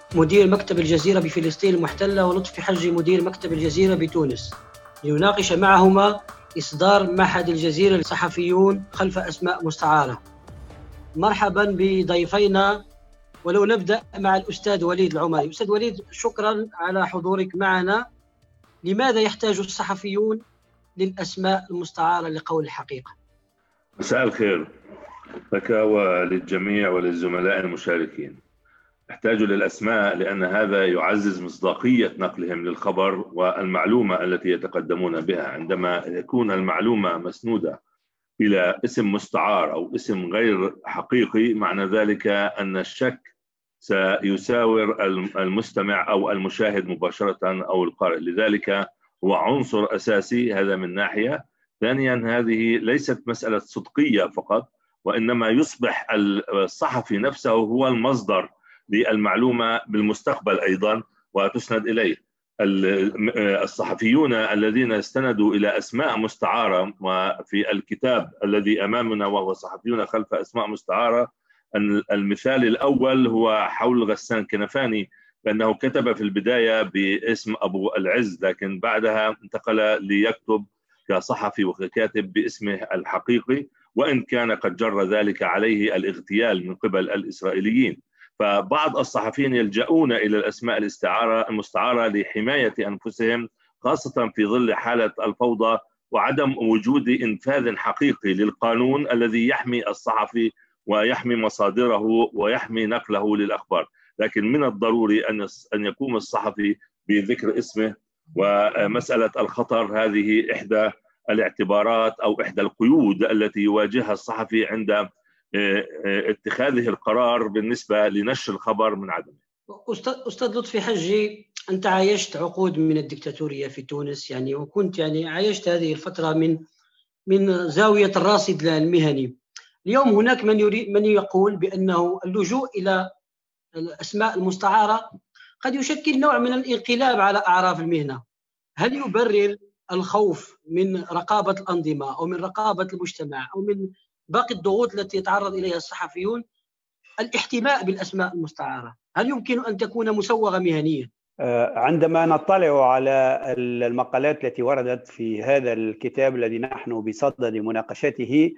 مدير مكتب الجزيرة بفلسطين المحتلة، ولطفي حجي مدير مكتب الجزيرة بتونس، ليناقش معهما إصدار معهد الجزيرة للصحفيون خلف أسماء مستعارة. مرحبا بضيفينا، ولو نبدأ مع الأستاذ وليد العمري. أستاذ وليد، شكرا على حضورك معنا. لماذا يحتاج الصحفيون للأسماء المستعارة لقول الحقيقة؟ مساء الخير لك وللجميع وللزملاء المشاركين. احتاجوا للأسماء لأن هذا يعزز مصداقية نقلهم للخبر والمعلومة التي يتقدمون بها. عندما يكون المعلومة مسنودة إلى اسم مستعار أو اسم غير حقيقي، معنى ذلك أن الشك سيساور المستمع أو المشاهد مباشرة أو القارئ. لذلك هو عنصر أساسي، هذا من ناحية. ثانيا، هذه ليست مسألة صدقية فقط، وإنما يصبح الصحفي نفسه هو المصدر للمعلومة بالمستقبل أيضا وتسند إليه. الصحفيون الذين استندوا إلى أسماء مستعارة، وفي الكتاب الذي أمامنا وهو صحفيون خلف أسماء مستعارة، المثال الأول هو حول غسان كنفاني، لأنه كتب في البداية باسم أبو العز، لكن بعدها انتقل ليكتب كصحفي وككاتب باسمه الحقيقي، وإن كان قد جر ذلك عليه الاغتيال من قبل الإسرائيليين. فبعض الصحفيين يلجؤون إلى الأسماء المستعارة لحماية أنفسهم، خاصة في ظل حالة الفوضى وعدم وجود إنفاذ حقيقي للقانون الذي يحمي الصحفي ويحمي مصادره ويحمي نقله للأخبار. لكن من الضروري أن يقوم الصحفي بذكر اسمه، ومسألة الخطر هذه إحدى الاعتبارات أو إحدى القيود التي يواجهها الصحفي عند اتخاذه القرار بالنسبة لنشر الخبر من عدمه. أستاذ لطفي حجي، أنت عايشت عقود من الدكتاتورية في تونس، وكنت عايشت هذه الفترة من زاوية الراصد المهني. اليوم هناك من يقول بأنه اللجوء إلى الأسماء المستعارة قد يشكل نوع من الانقلاب على أعراف المهنة. هل يبرر الخوف من رقابة الأنظمة أو من رقابة المجتمع أو من باقي الضغوط التي يتعرض إليها الصحفيون الاحتماء بالأسماء المستعارة؟ هل يمكن أن تكون مسوغة مهنيا؟ عندما نطلع على المقالات التي وردت في هذا الكتاب الذي نحن بصدد مناقشته،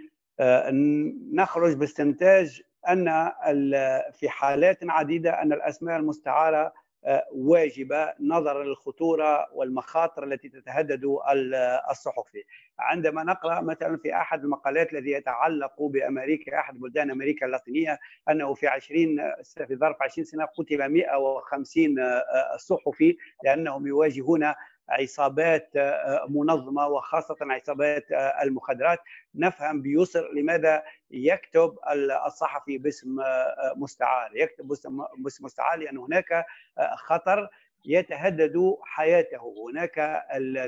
نخرج باستنتاج أن في حالات عديدة أن الأسماء المستعارة واجبة نظرا للخطورة والمخاطر التي تتهدد الصحفي. عندما نقرأ مثلا في أحد المقالات الذي يتعلق بأمريكا، أحد بلدان أمريكا اللاتينية، أنه في ظرف 20 سنة قتل 150 صحفي لأنهم يواجهون عصابات منظمة وخاصة عصابات المخدرات. نفهم بيسر لماذا يكتب الصحفي باسم مستعار. يكتب باسم مستعار لأن هناك خطر يتهدد حياته. هناك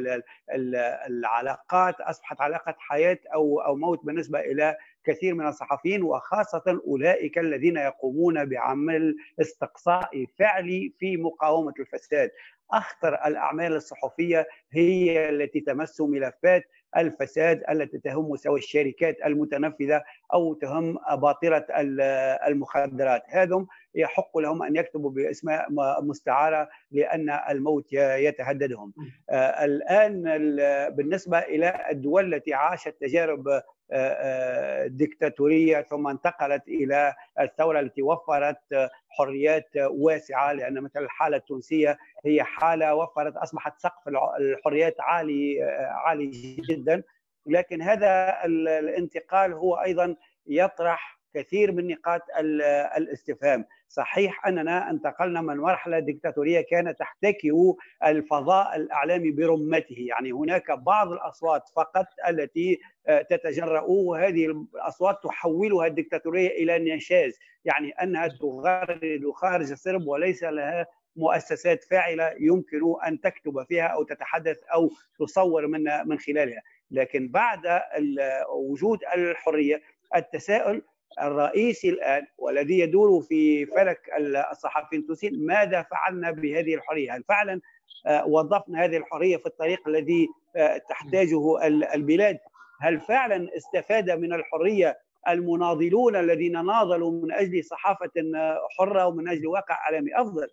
العلاقات أصبحت علاقة حياة أو موت بالنسبة إلى كثير من الصحفيين، وخاصة أولئك الذين يقومون بعمل استقصاء فعلي في مقاومة الفساد. أخطر الأعمال الصحفية هي التي تمس ملفات الفساد التي تهم سواء الشركات المتنفذة أو تهم باطرة المخدرات. هذم يحق لهم أن يكتبوا بأسماء مستعارة لأن الموت يتهددهم. الآن بالنسبة إلى الدول التي عاشت تجارب ديكتاتورية ثم انتقلت إلى الثورة التي وفرت حريات واسعة، لأن مثل الحالة التونسية هي حالة وفرت، أصبحت سقف الحريات عالي جدا. لكن هذا الانتقال هو أيضا يطرح كثير من نقاط الاستفهام. صحيح أننا انتقلنا من مرحلة ديكتاتورية كانت تحتكي الفضاء الإعلامي برمته، يعني هناك بعض الأصوات فقط التي تتجرأ، وهذه الأصوات تحولها الديكتاتورية إلى نشاز، يعني أنها تغرد خارج السرب وليس لها مؤسسات فاعلة يمكن أن تكتب فيها أو تتحدث أو تصور من خلالها. لكن بعد وجود الحرية، التساؤل الرئيسي الآن والذي يدور في فلك الصحفيين التونسيين: ماذا فعلنا بهذه الحرية؟ هل فعلا وظفنا هذه الحرية في الطريق الذي تحتاجه البلاد؟ هل فعلا استفاد من الحرية المناضلون الذين ناضلوا من أجل صحافة حرة ومن أجل واقع إعلامي أفضل؟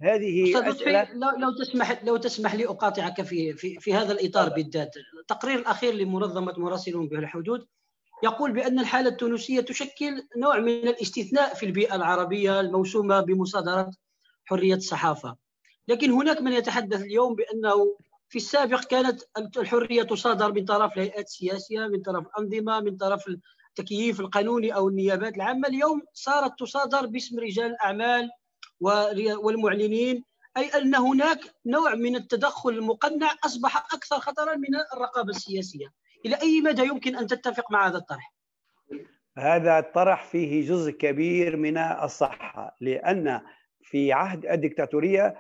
هذه أسئلة. لو تسمح لي أقاطعك في هذا الإطار بالذات. التقرير الأخير لمنظمة مراسلون بلا حدود يقول بأن الحالة التونسية تشكل نوع من الاستثناء في البيئة العربية الموسومة بمصادرة حرية الصحافة، لكن هناك من يتحدث اليوم بأنه في السابق كانت الحرية تصادر من طرف الهيئات السياسية، من طرف الأنظمة، من طرف التكييف القانوني أو النيابات العامة. اليوم صارت تصادر باسم رجال الأعمال والمعلنين، أي أن هناك نوع من التدخل المقنع أصبح أكثر خطرا من الرقابة السياسية. إلى أي مدى يمكن أن تتفق مع هذا الطرح؟ هذا الطرح فيه جزء كبير من الصحة، لأن في عهد الدكتاتورية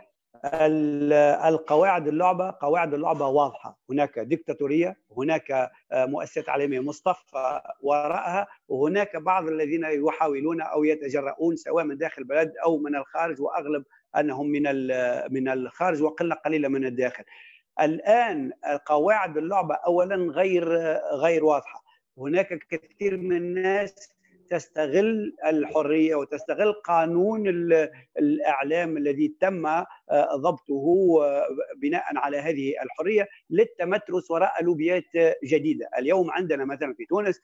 قواعد اللعبة واضحة. هناك دكتاتورية، هناك مؤسسات عالمية مصطفى وراءها، وهناك بعض الذين يحاولون أو يتجرؤون سواء من داخل البلد أو من الخارج، وأغلب أنهم من الخارج وقلة قليلة من الداخل. الآن قواعد اللعبة أولا غير واضحة. هناك كثير من الناس تستغل الحرية وتستغل قانون الإعلام الذي تم ضبطه بناء على هذه الحرية للتمترس وراء لوبيات جديدة. اليوم عندنا مثلا في تونس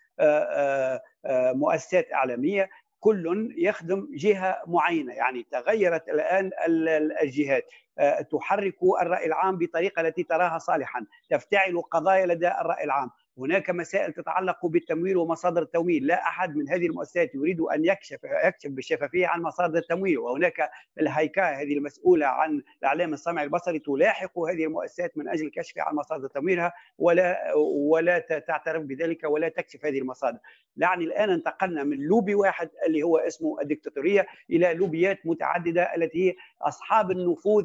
مؤسسات إعلامية كل يخدم جهة معينة، يعني تغيرت الآن الجهات، تحرك الرأي العام بطريقة التي تراها صالحا، تفتعل قضايا لدى الرأي العام. هناك مسائل تتعلق بالتمويل ومصادر التمويل، لا أحد من هذه المؤسسات يريد أن يكشف بالشفافية عن مصادر التمويل، وهناك الهيكاء هذه المسؤولة عن الإعلام السمعي البصري تلاحق هذه المؤسسات من أجل الكشف عن مصادر تمويلها ولا تعترف بذلك ولا تكشف هذه المصادر. يعني الآن انتقلنا من لوبي واحد اللي هو اسمه الدكتاتورية إلى لوبيات متعددة التي هي أصحاب النفوذ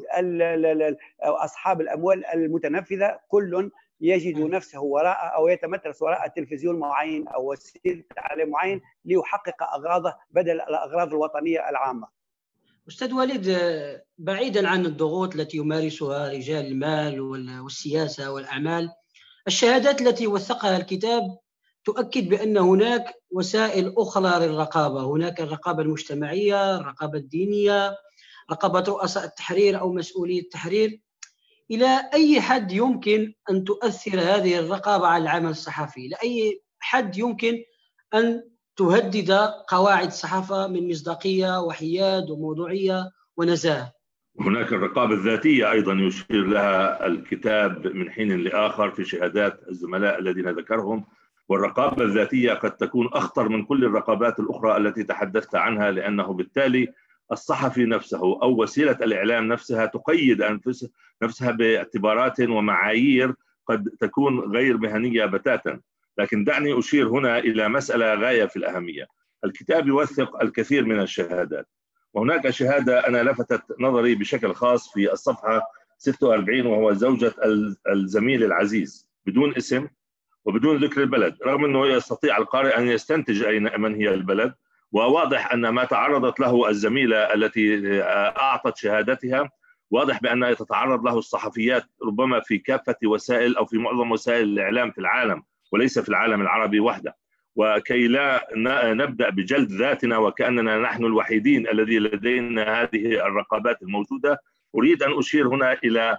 أو أصحاب الأموال المتنفذة، كل يجد نفسه وراء أو يتمترس وراء تلفزيون معين أو وسيلة إعلام معين ليحقق أغراضه بدل الأغراض الوطنية العامة. أستاذ وليد، بعيدا عن الضغوط التي يمارسها رجال المال والسياسة والأعمال، الشهادات التي وثقها الكتاب تؤكد بأن هناك وسائل أخرى للرقابة. هناك الرقابة المجتمعية، الرقابة الدينية، رقابة رؤساء التحرير أو مسؤولي التحرير. إلى أي حد يمكن أن تؤثر هذه الرقابة على العمل الصحفي؟ لأي حد يمكن أن تهدد قواعد الصحافة من مصداقية وحياد وموضوعية ونزاهة؟ هناك الرقابة الذاتية أيضا يشير لها الكتاب من حين لآخر في شهادات الزملاء الذين ذكرهم، والرقابة الذاتية قد تكون أخطر من كل الرقابات الأخرى التي تحدثت عنها، لأنه بالتالي الصحفي نفسه أو وسيلة الإعلام نفسها تقيد نفسها باعتبارات ومعايير قد تكون غير مهنية بتاتا. لكن دعني أشير هنا إلى مسألة غاية في الأهمية. الكتاب يوثق الكثير من الشهادات، وهناك شهادة أنا لفتت نظري بشكل خاص في الصفحة 46، وهو زوجة الزميل العزيز بدون اسم وبدون ذكر البلد، رغم أنه يستطيع القارئ أن يستنتج من هي البلد. وواضح أن ما تعرضت له الزميلة التي أعطت شهادتها واضح بأنها تتعرض له الصحفيات ربما في كافة وسائل أو في معظم وسائل الإعلام في العالم وليس في العالم العربي وحده. وكي لا نبدأ بجلد ذاتنا وكأننا نحن الوحيدين الذي لدينا هذه الرقابات الموجودة، أريد أن أشير هنا إلى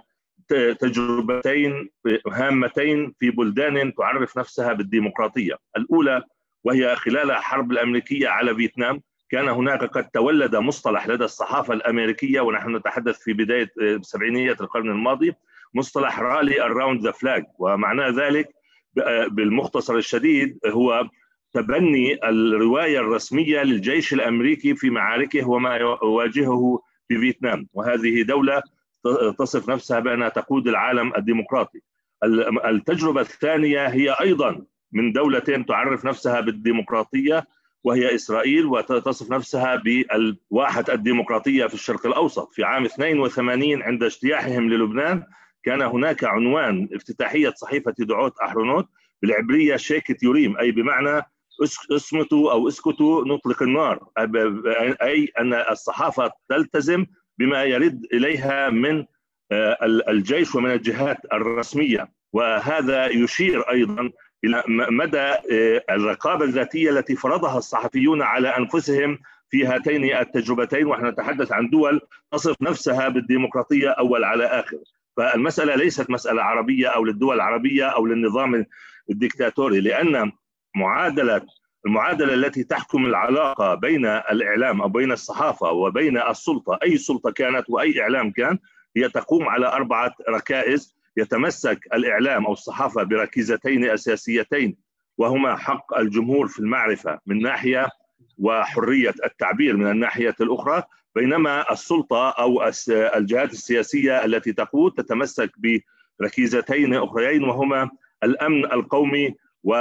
تجربتين هامتين في بلدان تعرف نفسها بالديمقراطية. الأولى وهي خلال الحرب الأمريكية على فيتنام، كان هناك قد تولد مصطلح لدى الصحافة الأمريكية، ونحن نتحدث في بداية سبعينيات القرن الماضي، مصطلح رالي أراوند ذا فلاج، ومعنى ذلك بالمختصر الشديد هو تبني الرواية الرسمية للجيش الأمريكي في معاركه وما يواجهه في فيتنام، وهذه دولة تصف نفسها بأنها تقود العالم الديمقراطي. التجربة الثانية هي أيضا من دولة تعرف نفسها بالديمقراطية وهي إسرائيل، وتصف نفسها بالواحة الديمقراطية في الشرق الأوسط. في عام 82 عند اجتياحهم للبنان كان هناك عنوان افتتاحية صحيفة دعوت أحرونوت بالعبرية شيكت يوريم، أي بمعنى اصمتوا أو اسكتوا نطلق النار، أي أن الصحافة تلتزم بما يرد إليها من الجيش ومن الجهات الرسمية. وهذا يشير أيضا إلى مدى الرقابة الذاتية التي فرضها الصحفيون على أنفسهم في هاتين التجربتين، ونحن نتحدث عن دول تصف نفسها بالديمقراطية أول على آخر. فالمسألة ليست مسألة عربية أو للدول العربية أو للنظام الديكتاتوري، لأن المعادلة التي تحكم العلاقة بين الإعلام أو بين الصحافة وبين السلطة، أي سلطة كانت وأي إعلام كان، هي تقوم على 4 ركائز. يتمسك الإعلام أو الصحافة بركيزتين أساسيتين، وهما حق الجمهور في المعرفة من ناحية وحرية التعبير من الناحية الأخرى، بينما السلطة أو الجهات السياسية التي تقود تتمسك بركيزتين أخريين، وهما الأمن القومي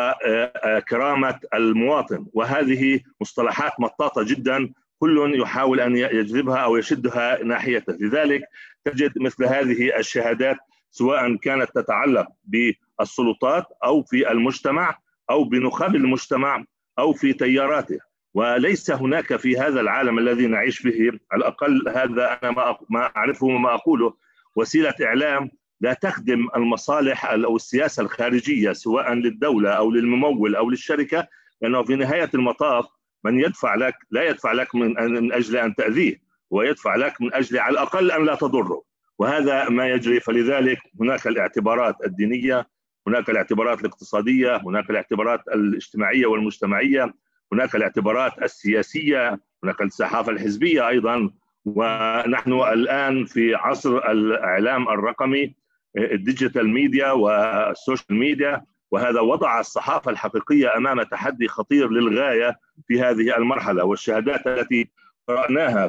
وكرامة المواطن. وهذه مصطلحات مطاطة جدا، كل يحاول أن يجذبها أو يشدها ناحيته. لذلك تجد مثل هذه الشهادات سواء كانت تتعلق بالسلطات أو في المجتمع أو بنخب المجتمع أو في تياراته. وليس هناك في هذا العالم الذي نعيش فيه، على الأقل هذا أنا ما أعرفه وما أقوله، وسيلة إعلام لا تخدم المصالح أو السياسة الخارجية سواء للدولة أو للممول أو للشركة، لأنه في نهاية المطاف من يدفع لك لا يدفع لك من أجل أن تأذيه، ويدفع لك من أجل على الأقل أن لا تضره. وهذا ما يجري. فلذلك هناك الاعتبارات الدينية، هناك الاعتبارات الاقتصادية، هناك الاعتبارات الاجتماعية والمجتمعية، هناك الاعتبارات السياسية، هناك الصحافة الحزبية أيضا. ونحن الآن في عصر الإعلام الرقمي، الديجيتال ميديا والسوشيال ميديا، وهذا وضع الصحافة الحقيقية أمام تحدي خطير للغاية في هذه المرحلة. والشهادات التي قرأناها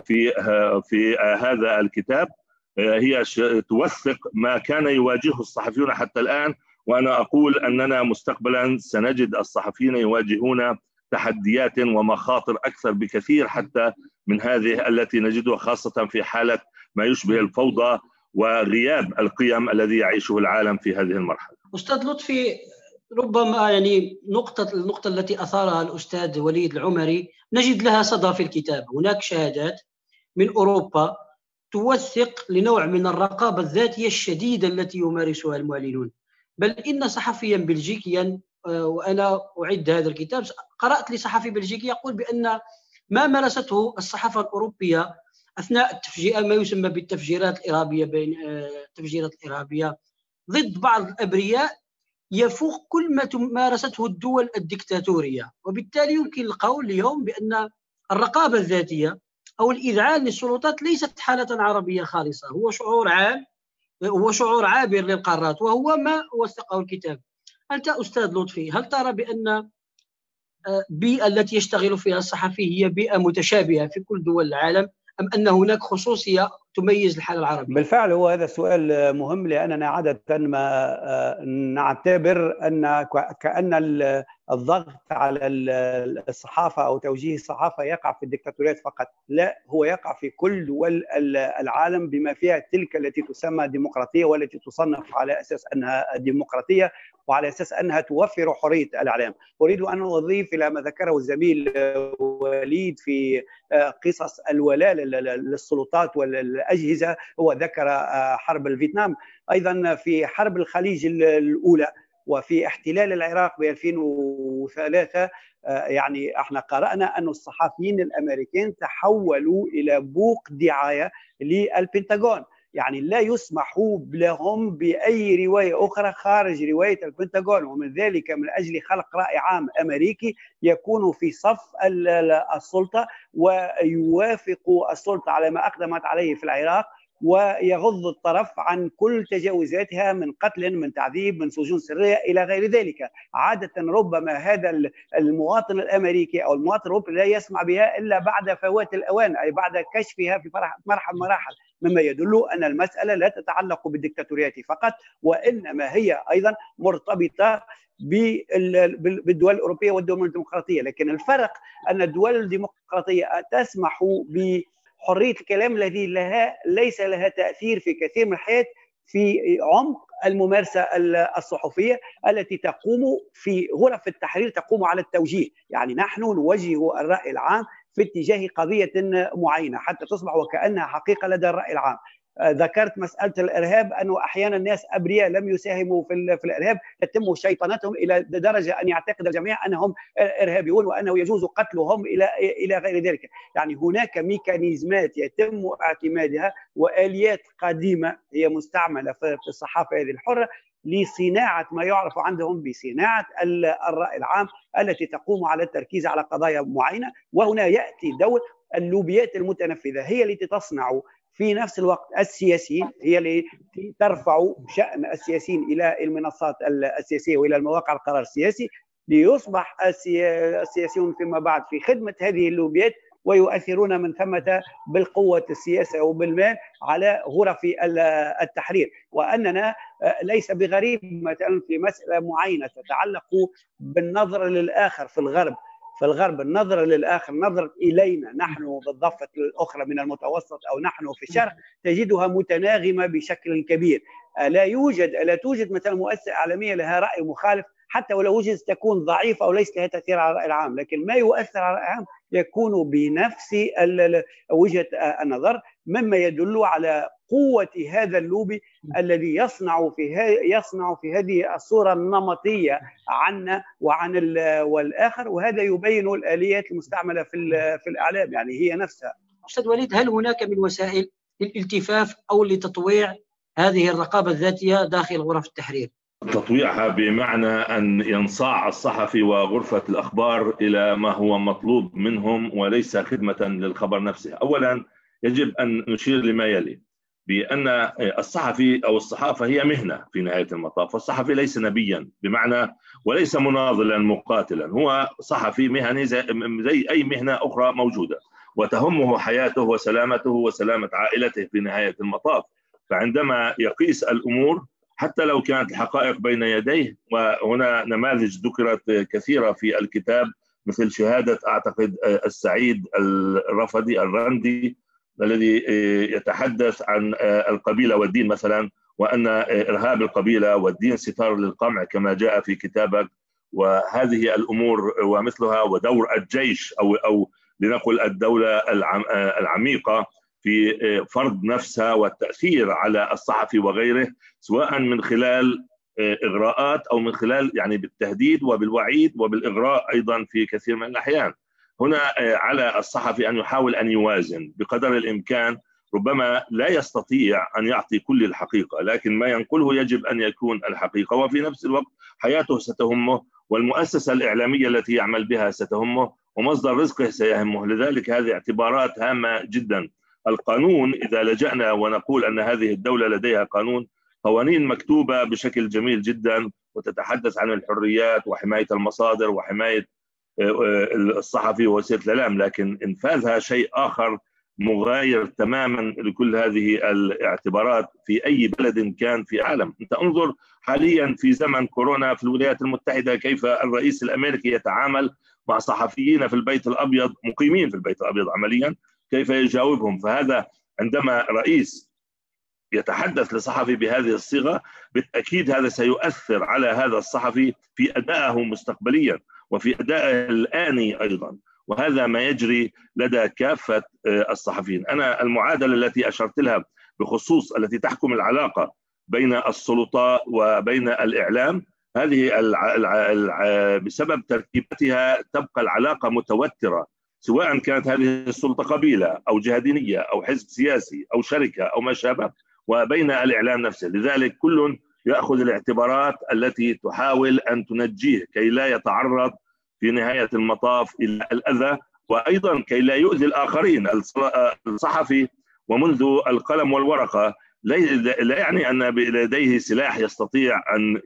في هذا الكتاب هي توثق ما كان يواجهه الصحفيون حتى الآن. وأنا أقول أننا مستقبلا سنجد الصحفيين يواجهون تحديات ومخاطر أكثر بكثير حتى من هذه التي نجدها، خاصة في حالة ما يشبه الفوضى وغياب القيم الذي يعيشه العالم في هذه المرحلة. أستاذ لطفي، ربما يعني النقطة التي أثارها الأستاذ وليد العمري نجد لها صدى في الكتاب. هناك شهادات من أوروبا توثق لنوع من الرقابة الذاتية الشديدة التي يمارسها المعلنون. بل إن صحفيا بلجيكيا، وأنا أعد هذا الكتاب، قرأت لصحفي بلجيكي يقول بأن ما مارسته الصحافة الأوروبية أثناء التفجير، ما يسمى بالتفجيرات الإرهابية، بين التفجيرات الإرهابية ضد بعض الأبرياء، يفوق كل ما مارسته الدول الدكتاتورية. وبالتالي يمكن القول اليوم بأن الرقابة الذاتية أو الإذعان للسلطات ليست حالة عربية خالصة، هو شعور عام، هو شعور عابر للقارات، وهو ما وثقه الكتاب. أنت أستاذ لطفي، هل ترى بأن البيئة التي يشتغل فيها الصحفي هي بيئة متشابهة في كل دول العالم، أم أن هناك خصوصية تميز الحالة العربية؟ بالفعل هو هذا السؤال مهم، لأننا عادة ما نعتبر أن كأن الضغط على الصحافة أو توجيه الصحافة يقع في الدكتاتوريات فقط. لا، هو يقع في كل دول العالم بما فيها تلك التي تسمى ديمقراطية والتي تصنف على أساس أنها ديمقراطية وعلى أساس أنها توفر حرية الإعلام. أريد أن أضيف إلى ما ذكره الزميل وليد في قصص الولاء للسلطات والأجهزة. هو ذكر حرب الفيتنام، أيضا في حرب الخليج الأولى وفي احتلال العراق ب 2003. يعني احنا قرأنا أن الصحفيين الأمريكان تحولوا إلى بوق دعاية للبنتاغون، يعني لا يسمح لهم بأي رواية أخرى خارج رواية البنتاغون، ومن ذلك من أجل خلق رأي عام أمريكي يكون في صف السلطة ويوافق السلطة على ما أقدمت عليه في العراق، ويغض الطرف عن كل تجاوزاتها من قتل، من تعذيب، من سجون سرية إلى غير ذلك. عادة ربما هذا المواطن الأمريكي أو المواطن الأوروبي لا يسمع بها إلا بعد فوات الأوان، أي بعد كشفها في مراحل، مما يدل أن المسألة لا تتعلق بالدكتاتوريات فقط، وإنما هي أيضا مرتبطة بالدول الأوروبية والدول الديمقراطية. لكن الفرق أن الدول الديمقراطية تسمح بحرية الكلام الذي ليس لها تأثير في كثير من الحياة في عمق الممارسة الصحفية التي تقوم في غرف التحرير، تقوم على التوجيه. يعني نحن نوجه الرأي العام في اتجاه قضية معينة حتى تصبح وكأنها حقيقة لدى الرأي العام. ذكرت مسألة الإرهاب، أنه أحيانا الناس أبرياء لم يساهموا في الإرهاب تتم شيطنتهم إلى درجة أن يعتقد الجميع أنهم إرهابيون وأنه يجوز قتلهم إلى غير ذلك. يعني هناك ميكانيزمات يتم اعتمادها وآليات قديمة هي مستعملة في الصحافة هذه الحرة لصناعة ما يعرف عندهم بصناعة الرأي العام التي تقوم على التركيز على قضايا معينة. وهنا يأتي دور اللوبيات المتنفذة، هي التي تصنع في نفس الوقت السياسيين، هي التي ترفع شأن السياسيين إلى المنصات السياسية وإلى المواقع القرار السياسي، ليصبح السياسيون فيما بعد في خدمة هذه اللوبيات ويؤثرون من ثمة بالقوة السياسة وبالمال على غرف التحرير. وأننا ليس بغريب مثلا في مسألة معينة تتعلق بالنظرة للآخر في الغرب النظرة للآخر، نظرة إلينا نحن بالضفة الأخرى من المتوسط أو نحن في الشرق، تجدها متناغمة بشكل كبير. لا توجد مثلا مؤسسة إعلامية لها رأي مخالف، حتى ولو وجد تكون ضعيفة أو ليس لها تأثير على الرأي العام، لكن ما يؤثر على الرأي العام يكون بنفس وجهة النظر، مما يدل على قوة هذا اللوبي الذي يصنع في هذه الصورة النمطية عنا وعن والآخر. وهذا يبين الآليات المستعملة في الإعلام، يعني هي نفسها. أستاذ وليد، هل هناك من وسائل للالتفاف أو لتطويع هذه الرقابة الذاتية داخل غرف التحرير؟ تطويعها بمعنى أن ينصاع الصحفي وغرفة الأخبار إلى ما هو مطلوب منهم وليس خدمة للخبر نفسه. أولا يجب أن نشير لما يلي، بأن الصحفي أو الصحافة هي مهنة في نهاية المطاف، والصحفي ليس نبيا بمعنى وليس مناضلا مقاتلا، هو صحفي مهني زي أي مهنة أخرى موجودة، وتهمه حياته وسلامته وسلامة عائلته في نهاية المطاف. فعندما يقيس الأمور حتى لو كانت الحقائق بين يديه، وهنا نماذج ذكرت كثيرة في الكتاب مثل شهادة أعتقد السعيد الرندي الذي يتحدث عن القبيلة والدين مثلا، وأن إرهاب القبيلة والدين ستار للقمع كما جاء في كتابك، وهذه الأمور ومثلها، ودور الجيش أو لنقل الدولة العميقة في فرض نفسها والتأثير على الصحفي وغيره، سواء من خلال إغراءات أو من خلال يعني بالتهديد وبالوعيد وبالإغراء أيضا في كثير من الأحيان. هنا على الصحفي أن يحاول أن يوازن بقدر الإمكان. ربما لا يستطيع أن يعطي كل الحقيقة، لكن ما ينقله يجب أن يكون الحقيقة، وفي نفس الوقت حياته ستهمه، والمؤسسة الإعلامية التي يعمل بها ستهمه، ومصدر رزقه سيهمه. لذلك هذه اعتبارات هامة جدا. القانون، إذا لجأنا ونقول أن هذه الدولة لديها قوانين مكتوبة بشكل جميل جدا وتتحدث عن الحريات وحماية المصادر وحماية الصحفي ووسيلة الإعلام، لكن إنفاذها شيء آخر مغاير تماما لكل هذه الاعتبارات في أي بلد كان في العالم. أنت انظر حاليا في زمن كورونا في الولايات المتحدة كيف الرئيس الأمريكي يتعامل مع صحفيين في البيت الأبيض، مقيمين في البيت الأبيض عمليا، كيف يجاوبهم. فهذا عندما رئيس يتحدث لصحفي بهذه الصيغة بالتأكيد هذا سيؤثر على هذا الصحفي في أدائه مستقبليا وفي أدائه الآني أيضا، وهذا ما يجري لدى كافة الصحفيين. أنا المعادلة التي أشرت لها بخصوص التي تحكم العلاقة بين السلطات وبين الإعلام، هذه بسبب تركيبتها تبقى العلاقة متوترة، سواء كانت هذه السلطة قبيلة أو جهة دينية أو حزب سياسي أو شركة أو ما شابه، وبين الإعلام نفسه. لذلك كل يأخذ الاعتبارات التي تحاول أن تنجيه كي لا يتعرض في نهاية المطاف إلى الأذى، وأيضا كي لا يؤذي الآخرين. الصحفي ومنذ القلم والورقة لا يعني أن لديه سلاح يستطيع أن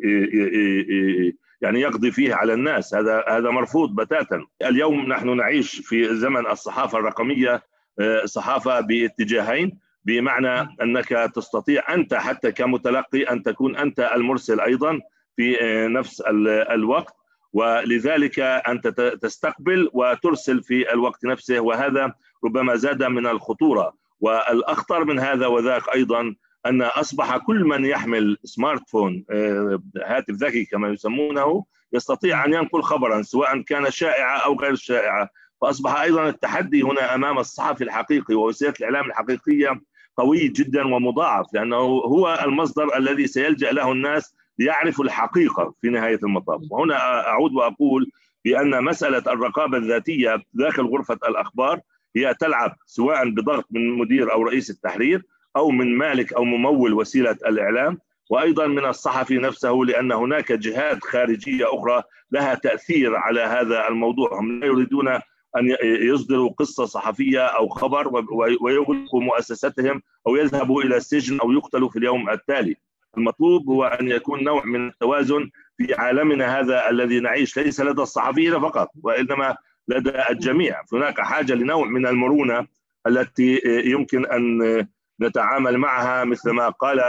يعني يقضي فيه على الناس، هذا مرفوض بتاتا. اليوم نحن نعيش في زمن الصحافة الرقمية، صحافة باتجاهين، بمعنى أنك تستطيع أنت حتى كمتلقي أن تكون أنت المرسل أيضا في نفس الوقت، ولذلك أنت تستقبل وترسل في الوقت نفسه، وهذا ربما زاد من الخطورة. والأخطر من هذا وذاك أيضا أن أصبح كل من يحمل سمارت فون، هاتف ذكي كما يسمونه، يستطيع أن ينقل خبرا سواء كان شائعة أو غير شائعة. فأصبح أيضا التحدي هنا أمام الصحفي الحقيقي ووسيلة الإعلام الحقيقية قوي جدا ومضاعف، لأنه هو المصدر الذي سيلجأ له الناس ليعرفوا الحقيقة في نهاية المطاف. وهنا أعود وأقول بأن مسألة الرقابة الذاتية داخل غرفة الأخبار هي تلعب سواء بضغط من مدير أو رئيس التحرير أو من مالك أو ممول وسيلة الإعلام، وأيضا من الصحفي نفسه، لأن هناك جهات خارجية أخرى لها تأثير على هذا الموضوع. هم لا يريدون أن يصدروا قصة صحفية أو خبر ويغلقوا مؤسستهم أو يذهبوا إلى السجن أو يقتلوا في اليوم التالي. المطلوب هو أن يكون نوع من التوازن في عالمنا هذا الذي نعيش، ليس لدى الصحفيين فقط وإنما لدى الجميع. هناك حاجة لنوع من المرونة التي يمكن أن نتعامل معها، مثل ما قال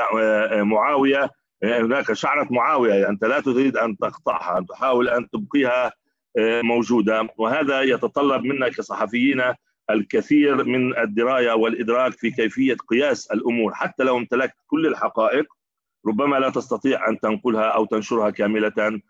معاوية، هناك شعرة معاوية أنت لا تريد أن تقطعها، أن تحاول أن تبقيها موجودة، وهذا يتطلب منا كصحفيين الكثير من الدراية والإدراك في كيفية قياس الأمور. حتى لو امتلكت كل الحقائق ربما لا تستطيع أن تنقلها أو تنشرها كاملة،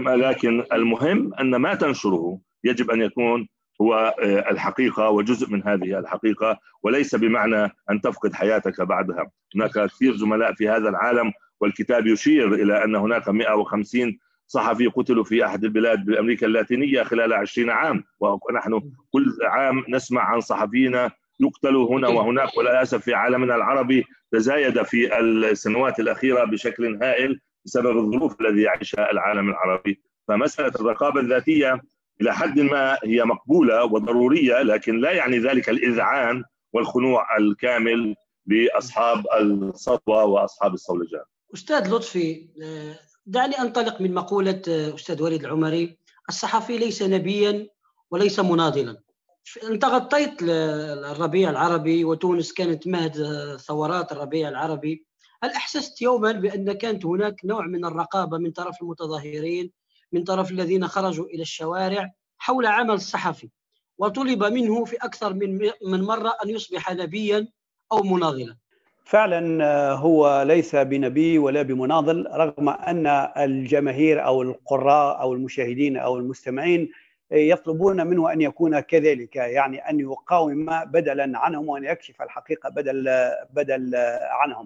لكن المهم أن ما تنشره يجب أن يكون هو الحقيقة وجزء من هذه الحقيقة، وليس بمعنى أن تفقد حياتك بعدها. هناك كثير زملاء في هذا العالم، والكتاب يشير إلى أن هناك 150 صحفي قتلوا في أحد البلاد بأمريكا اللاتينية خلال 20 عام، ونحن كل عام نسمع عن صحفيين يقتلوا هنا وهناك، وللأسف في عالمنا العربي تزايد في السنوات الأخيرة بشكل هائل بسبب الظروف التي يعيشها العالم العربي. فمسألة الرقابة الذاتية إلى حد ما هي مقبولة وضرورية، لكن لا يعني ذلك الإذعان والخنوع الكامل لأصحاب السطوة وأصحاب الصولجان. أستاذ لطفي، دعني أنطلق من مقولة أستاذ وليد العمري: الصحفي ليس نبيا وليس مناضلا. أنت غطيت الربيع العربي، وتونس كانت مهد ثورات الربيع العربي. هل أحسست يوما بأن كانت هناك نوع من الرقابة من طرف المتظاهرين، من طرف الذين خرجوا إلى الشوارع حول عمل الصحفي، وطلب منه في أكثر من مرة أن يصبح نبيا أو مناضلا؟ فعلا هو ليس بنبي ولا بمناضل، رغم أن الجماهير أو القراء أو المشاهدين أو المستمعين يطلبون منه أن يكون كذلك، يعني أن يقاوم بدلا عنهم وأن يكشف الحقيقة بدل عنهم.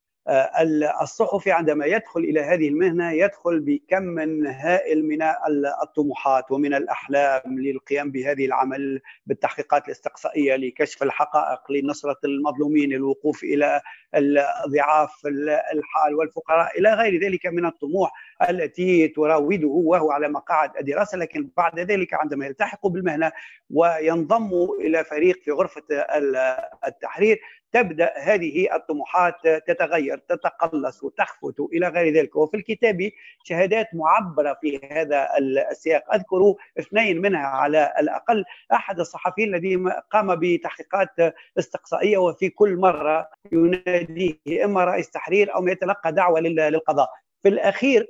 الصحفي عندما يدخل إلى هذه المهنة يدخل بكم هائل من الطموحات ومن الأحلام للقيام بهذه العمل بالتحقيقات الاستقصائية لكشف الحقائق، لنصرة المظلومين، الوقوف إلى ضعاف الحال والفقراء، إلى غير ذلك من الطموح التي تراوده وهو على مقاعد الدراسة. لكن بعد ذلك عندما يلتحق بالمهنة وينضم إلى فريق في غرفة التحرير تبدأ هذه الطموحات تتغير، تتقلص وتخفت إلى غير ذلك. وفي الكتاب شهادات معبرة في هذا السياق، أذكر اثنين منها على الأقل. أحد الصحفيين الذي قام بتحقيقات استقصائية وفي كل مرة يناديه إما رئيس تحرير أو يتلقى دعوة للقضاء، في الأخير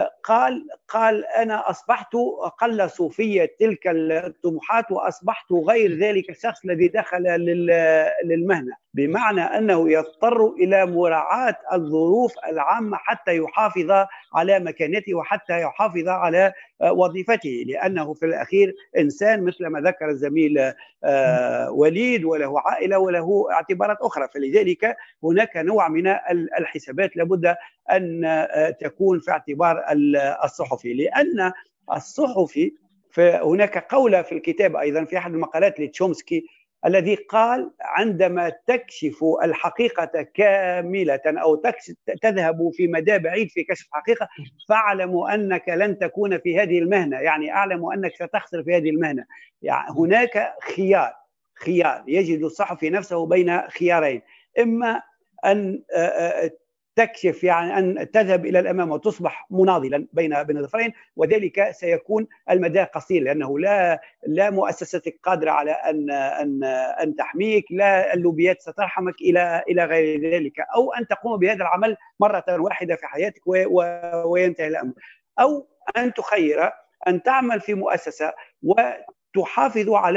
قال أنا أصبحت قلص في تلك الطموحات وأصبحت غير ذلك الشخص الذي دخل للمهنة، بمعنى أنه يضطر إلى مراعاة الظروف العامة حتى يحافظ على مكانته وحتى يحافظ على وظيفته، لأنه في الأخير إنسان مثل ما ذكر الزميل وليد، وله عائلة وله اعتبارات أخرى. فلذلك هناك نوع من الحسابات لابد أن تكون في اعتبار الصحفي، لأن الصحفي فهناك قولة في الكتاب أيضا في أحد المقالات لتشومسكي الذي قال: عندما تكشف الحقيقة كاملة أو تذهب في مدى بعيد في كشف حقيقة، فاعلم أنك لن تكون في هذه المهنة، يعني أعلم أنك ستخسر في هذه المهنة. يعني هناك خيار يجد الصحفي نفسه بين خيارين: إما أن تكشف، يعني أن تذهب إلى الأمام وتصبح مناضلا بين الظفرين، وذلك سيكون المدى قصير، لأنه لا مؤسستك قادرة على أن تحميك، لا اللوبيات سترحمك إلى غير ذلك، أو أن تقوم بهذا العمل مرة واحدة في حياتك وينتهي الأمر، أو أن تخير أن تعمل في مؤسسة وتحافظ على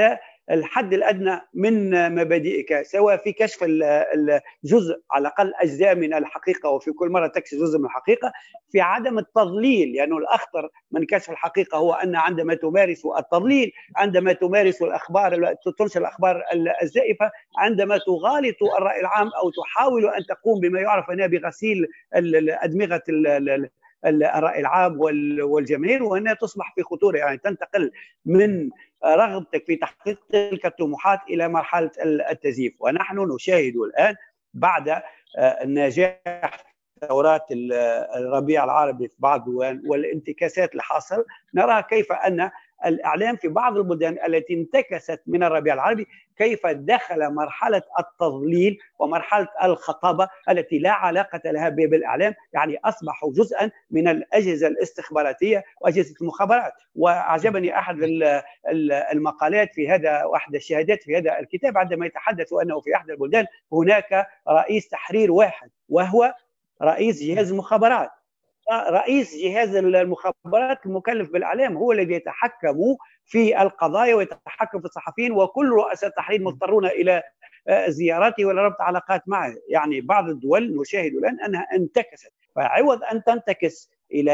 الحد الادنى من مبادئك، سواء في كشف الجزء على الاقل اجزاء من الحقيقه، وفي كل مره تكشف جزء من الحقيقه، في عدم التضليل، لانه الاخطر من كشف الحقيقه هو ان عندما تمارس التضليل، عندما تمارس الاخبار، تنشر الاخبار الزائفه، عندما تغالط الراي العام او تحاول ان تقوم بما يعرف هنا بغسيل ادمغه الرأي العام والجماهير، وأنها تصبح في خطورة، يعني تنتقل من رغبتك في تحقيق تلك الطموحات إلى مرحلة التزييف. ونحن نشاهد الآن بعد النجاح ثورات الربيع العربي في بعض الدول والانتكاسات اللي حصل، نرى كيف أن الإعلام في بعض البلدان التي انتكست من الربيع العربي كيف دخل مرحلة التضليل ومرحلة الخطابة التي لا علاقة لها بالإعلام، يعني أصبحوا جزءا من الأجهزة الاستخباراتية وأجهزة المخابرات. وأعجبني أحد المقالات في هذا، واحد الشهادات في هذا الكتاب، عندما يتحدث أنه في أحد البلدان هناك رئيس تحرير واحد وهو رئيس جهاز المخابرات. رئيس جهاز المخابرات المكلف بالإعلام هو الذي يتحكم في القضايا ويتحكم في الصحفيين، وكل رؤساء التحرير مضطرون إلى زيارته ولا ربط علاقات معه. يعني بعض الدول نشاهد الآن أنها انتكست، فعوض أن تنتكس إلى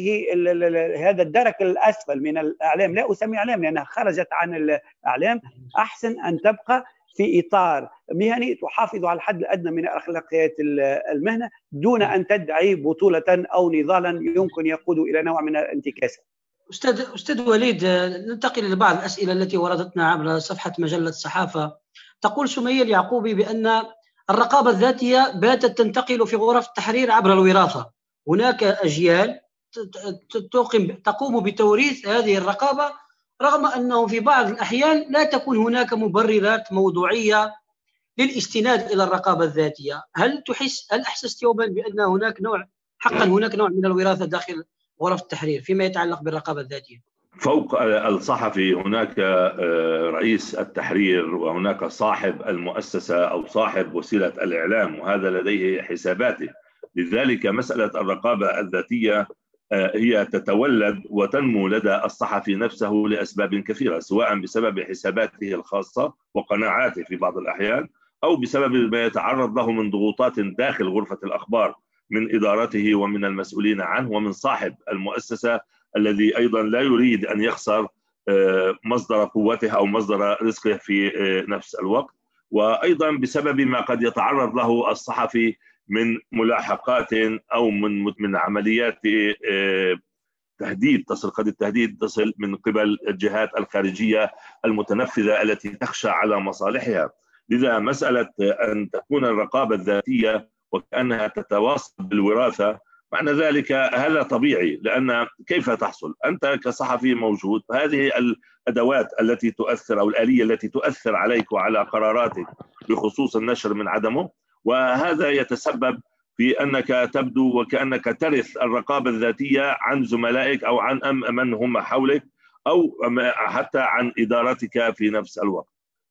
هذا الدرك الأسفل من الإعلام، لا أسمي إعلام لأنها خرجت عن الإعلام، أحسن أن تبقى في إطار مهني تحافظ على الحد الأدنى من أخلاقيات المهنة دون أن تدعي بطولة أو نضالا يمكن يقود إلى نوع من الانتكاسة. أستاذ وليد، ننتقل لبعض الأسئلة التي وردتنا عبر صفحة مجلة الصحافة. تقول سمية اليعقوبي بأن الرقابة الذاتية باتت تنتقل في غرف التحرير عبر الوراثة، هناك أجيال تقوم بتوريث هذه الرقابة، رغم أنه في بعض الأحيان لا تكون هناك مبررات موضوعية للاستناد إلى الرقابة الذاتية. هل أحسست يوما بأن هناك نوع من الوراثة داخل غرف التحرير فيما يتعلق بالرقابة الذاتية؟ فوق الصحفي هناك رئيس التحرير، وهناك صاحب المؤسسة أو صاحب وسيلة الإعلام، وهذا لديه حساباته. لذلك مسألة الرقابة الذاتية هي تتولد وتنمو لدى الصحفي نفسه لأسباب كثيرة، سواء بسبب حساباته الخاصة وقناعاته في بعض الأحيان، أو بسبب ما يتعرض له من ضغوطات داخل غرفة الأخبار من إدارته ومن المسؤولين عنه ومن صاحب المؤسسة الذي أيضا لا يريد أن يخسر مصدر قوته أو مصدر رزقه في نفس الوقت، وأيضا بسبب ما قد يتعرض له الصحفي من ملاحقات أو من عمليات تهديد قد التهديد تصل من قبل الجهات الخارجية المتنفذة التي تخشى على مصالحها. لذا مسألة أن تكون الرقابة الذاتية وكأنها تتواصل بالوراثة، معنى ذلك هذا طبيعي، لأن كيف تحصل؟ أنت كصحفي موجود، هذه الأدوات التي تؤثر أو الآلية التي تؤثر عليك وعلى قراراتك بخصوص النشر من عدمه، وهذا يتسبب في أنك تبدو وكأنك ترث الرقابة الذاتية عن زملائك أو عن من هم حولك، أو حتى عن إدارتك في نفس الوقت.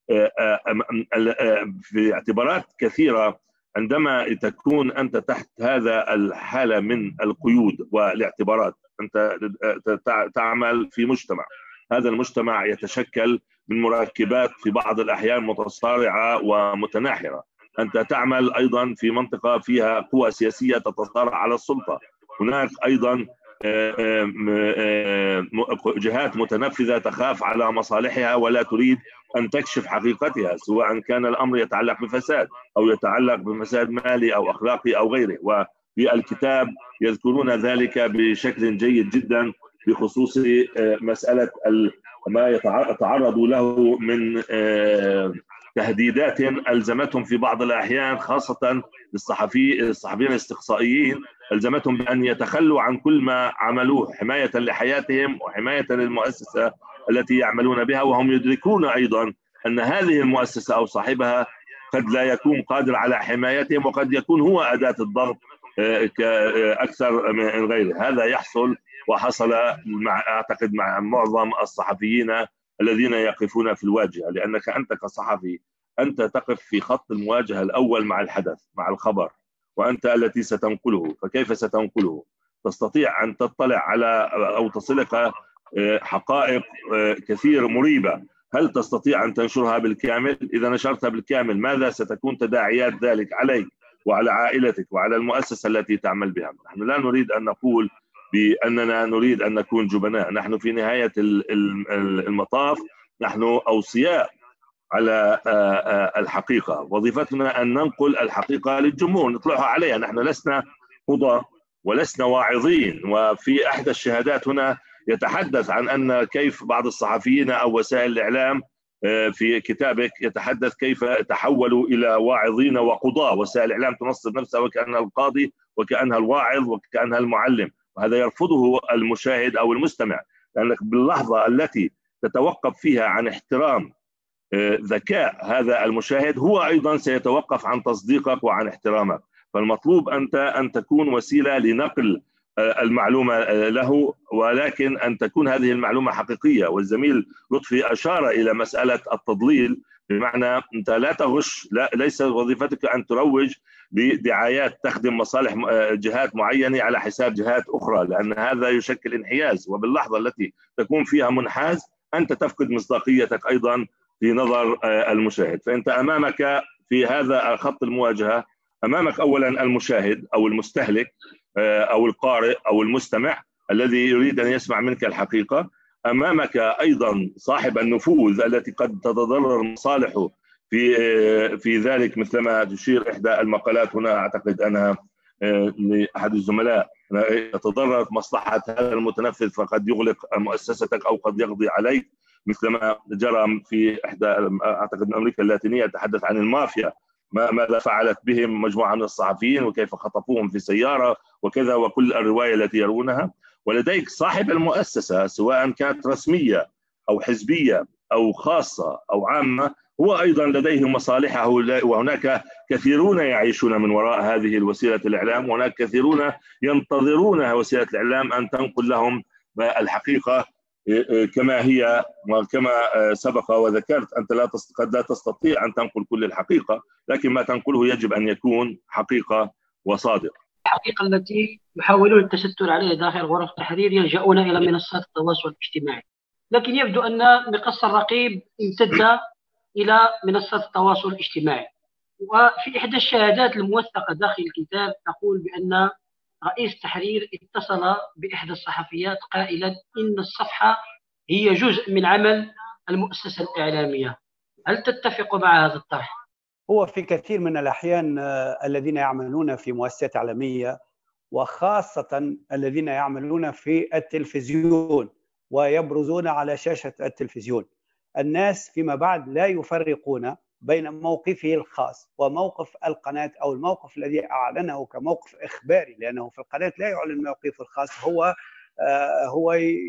في اعتبارات كثيرة، عندما تكون أنت تحت هذا الحالة من القيود والاعتبارات، أنت تعمل في مجتمع، هذا المجتمع يتشكل من مركبات في بعض الأحيان متصارعة ومتناحرة. أنت تعمل أيضا في منطقة فيها قوى سياسية تتصارع على السلطة، هناك أيضا جهات متنفذة تخاف على مصالحها ولا تريد أن تكشف حقيقتها، سواء كان الأمر يتعلق بفساد أو يتعلق بفساد مالي أو أخلاقي أو غيره. وفي الكتاب يذكرون ذلك بشكل جيد جدا بخصوص مسألة ما يتعرضوا له من تهديدات ألزمتهم في بعض الأحيان، خاصة الصحفيين الاستقصائيين، ألزمتهم بأن يتخلوا عن كل ما عملوه حماية لحياتهم وحماية للمؤسسة التي يعملون بها، وهم يدركون أيضا أن هذه المؤسسة أو صاحبها قد لا يكون قادر على حمايتهم، وقد يكون هو أداة الضغط أكثر من غيره. هذا يحصل وحصل أعتقد مع معظم الصحفيين الذين يقفون في الواجهة، لأنك أنت كصحفي أنت تقف في خط المواجهة الأول مع الحدث، مع الخبر، وأنت التي ستنقله. فكيف ستنقله؟ تستطيع أن تطلع على أو تصلك حقائق كثير مريبة هل تستطيع أن تنشرها بالكامل؟ إذا نشرتها بالكامل ماذا ستكون تداعيات ذلك عليك وعلى عائلتك وعلى المؤسسة التي تعمل بها؟ نحن لا نريد أن نقول بأننا نريد أن نكون جبناء، نحن في نهاية المطاف نحن أوصياء على الحقيقة، وظيفتنا أن ننقل الحقيقة للجمهور نطلعها عليها. نحن لسنا قضاة ولسنا واعظين. وفي أحد الشهادات هنا يتحدث عن أن كيف بعض الصحفيين أو وسائل الإعلام في كتابك يتحدث كيف تحولوا إلى واعظين وقضاة. وسائل الإعلام تنصب نفسها وكأنها القاضي وكأنها الواعظ وكأنها المعلم، وهذا يرفضه المشاهد أو المستمع، لأنك باللحظة التي تتوقف فيها عن احترام ذكاء هذا المشاهد هو أيضا سيتوقف عن تصديقك وعن احترامك. فالمطلوب أنت أن تكون وسيلة لنقل المعلومة له، ولكن أن تكون هذه المعلومة حقيقية. والزميل لطفي أشار إلى مسألة التضليل، بمعنى أنت لا تغش، ليس وظيفتك أن تروج بدعايات تخدم مصالح جهات معينة على حساب جهات أخرى، لأن هذا يشكل انحياز، وباللحظة التي تكون فيها منحاز أنت تفقد مصداقيتك أيضا في نظر المشاهد. فأنت أمامك في هذا خط المواجهة، أمامك أولا المشاهد أو المستهلك أو القارئ أو المستمع الذي يريد أن يسمع منك الحقيقة، أمامك أيضا صاحب النفوذ التي قد تتضرر مصالحه في ذلك، مثلما تشير إحدى المقالات هنا أعتقد أنها لأحد الزملاء، تتضرر مصلحة هذا المتنفذ فقد يغلق مؤسستك أو قد يقضي عليك، مثلما جرى في إحدى أعتقد أمريكا اللاتينية، تحدث عن المافيا ماذا فعلت بهم مجموعة من الصحفيين وكيف خطفوهم في سيارة وكذا، وكل الرواية التي يرونها. ولديك صاحب المؤسسة سواء كانت رسمية أو حزبية أو خاصة أو عامة، هو أيضا لديه مصالحه، وهناك كثيرون يعيشون من وراء هذه الوسيلة الإعلام، وهناك كثيرون ينتظرون وسيلة الإعلام أن تنقل لهم الحقيقة كما هي. وكما سبق وذكرت أنت قد لا تستطيع أن تنقل كل الحقيقة، لكن ما تنقله يجب أن يكون حقيقة وصادق. الحقيقة التي يحاولون التستر عليها داخل غرف التحرير يلجؤون إلى منصات التواصل الاجتماعي، لكن يبدو أن مقص الرقيب امتد إلى منصات التواصل الاجتماعي. وفي إحدى الشهادات الموثقة داخل الكتاب تقول بأن رئيس التحرير اتصل بإحدى الصحفيات قائلا إن الصفحة هي جزء من عمل المؤسسة الإعلامية. هل تتفق مع هذا الطرح؟ هو في كثير من الأحيان الذين يعملون في مؤسسات إعلامية، وخاصة الذين يعملون في التلفزيون ويبرزون على شاشة التلفزيون، الناس فيما بعد لا يفرقون بين موقفه الخاص وموقف القناة أو الموقف الذي أعلنه كموقف إخباري، لأنه في القناة لا يعلن موقفه الخاص، هو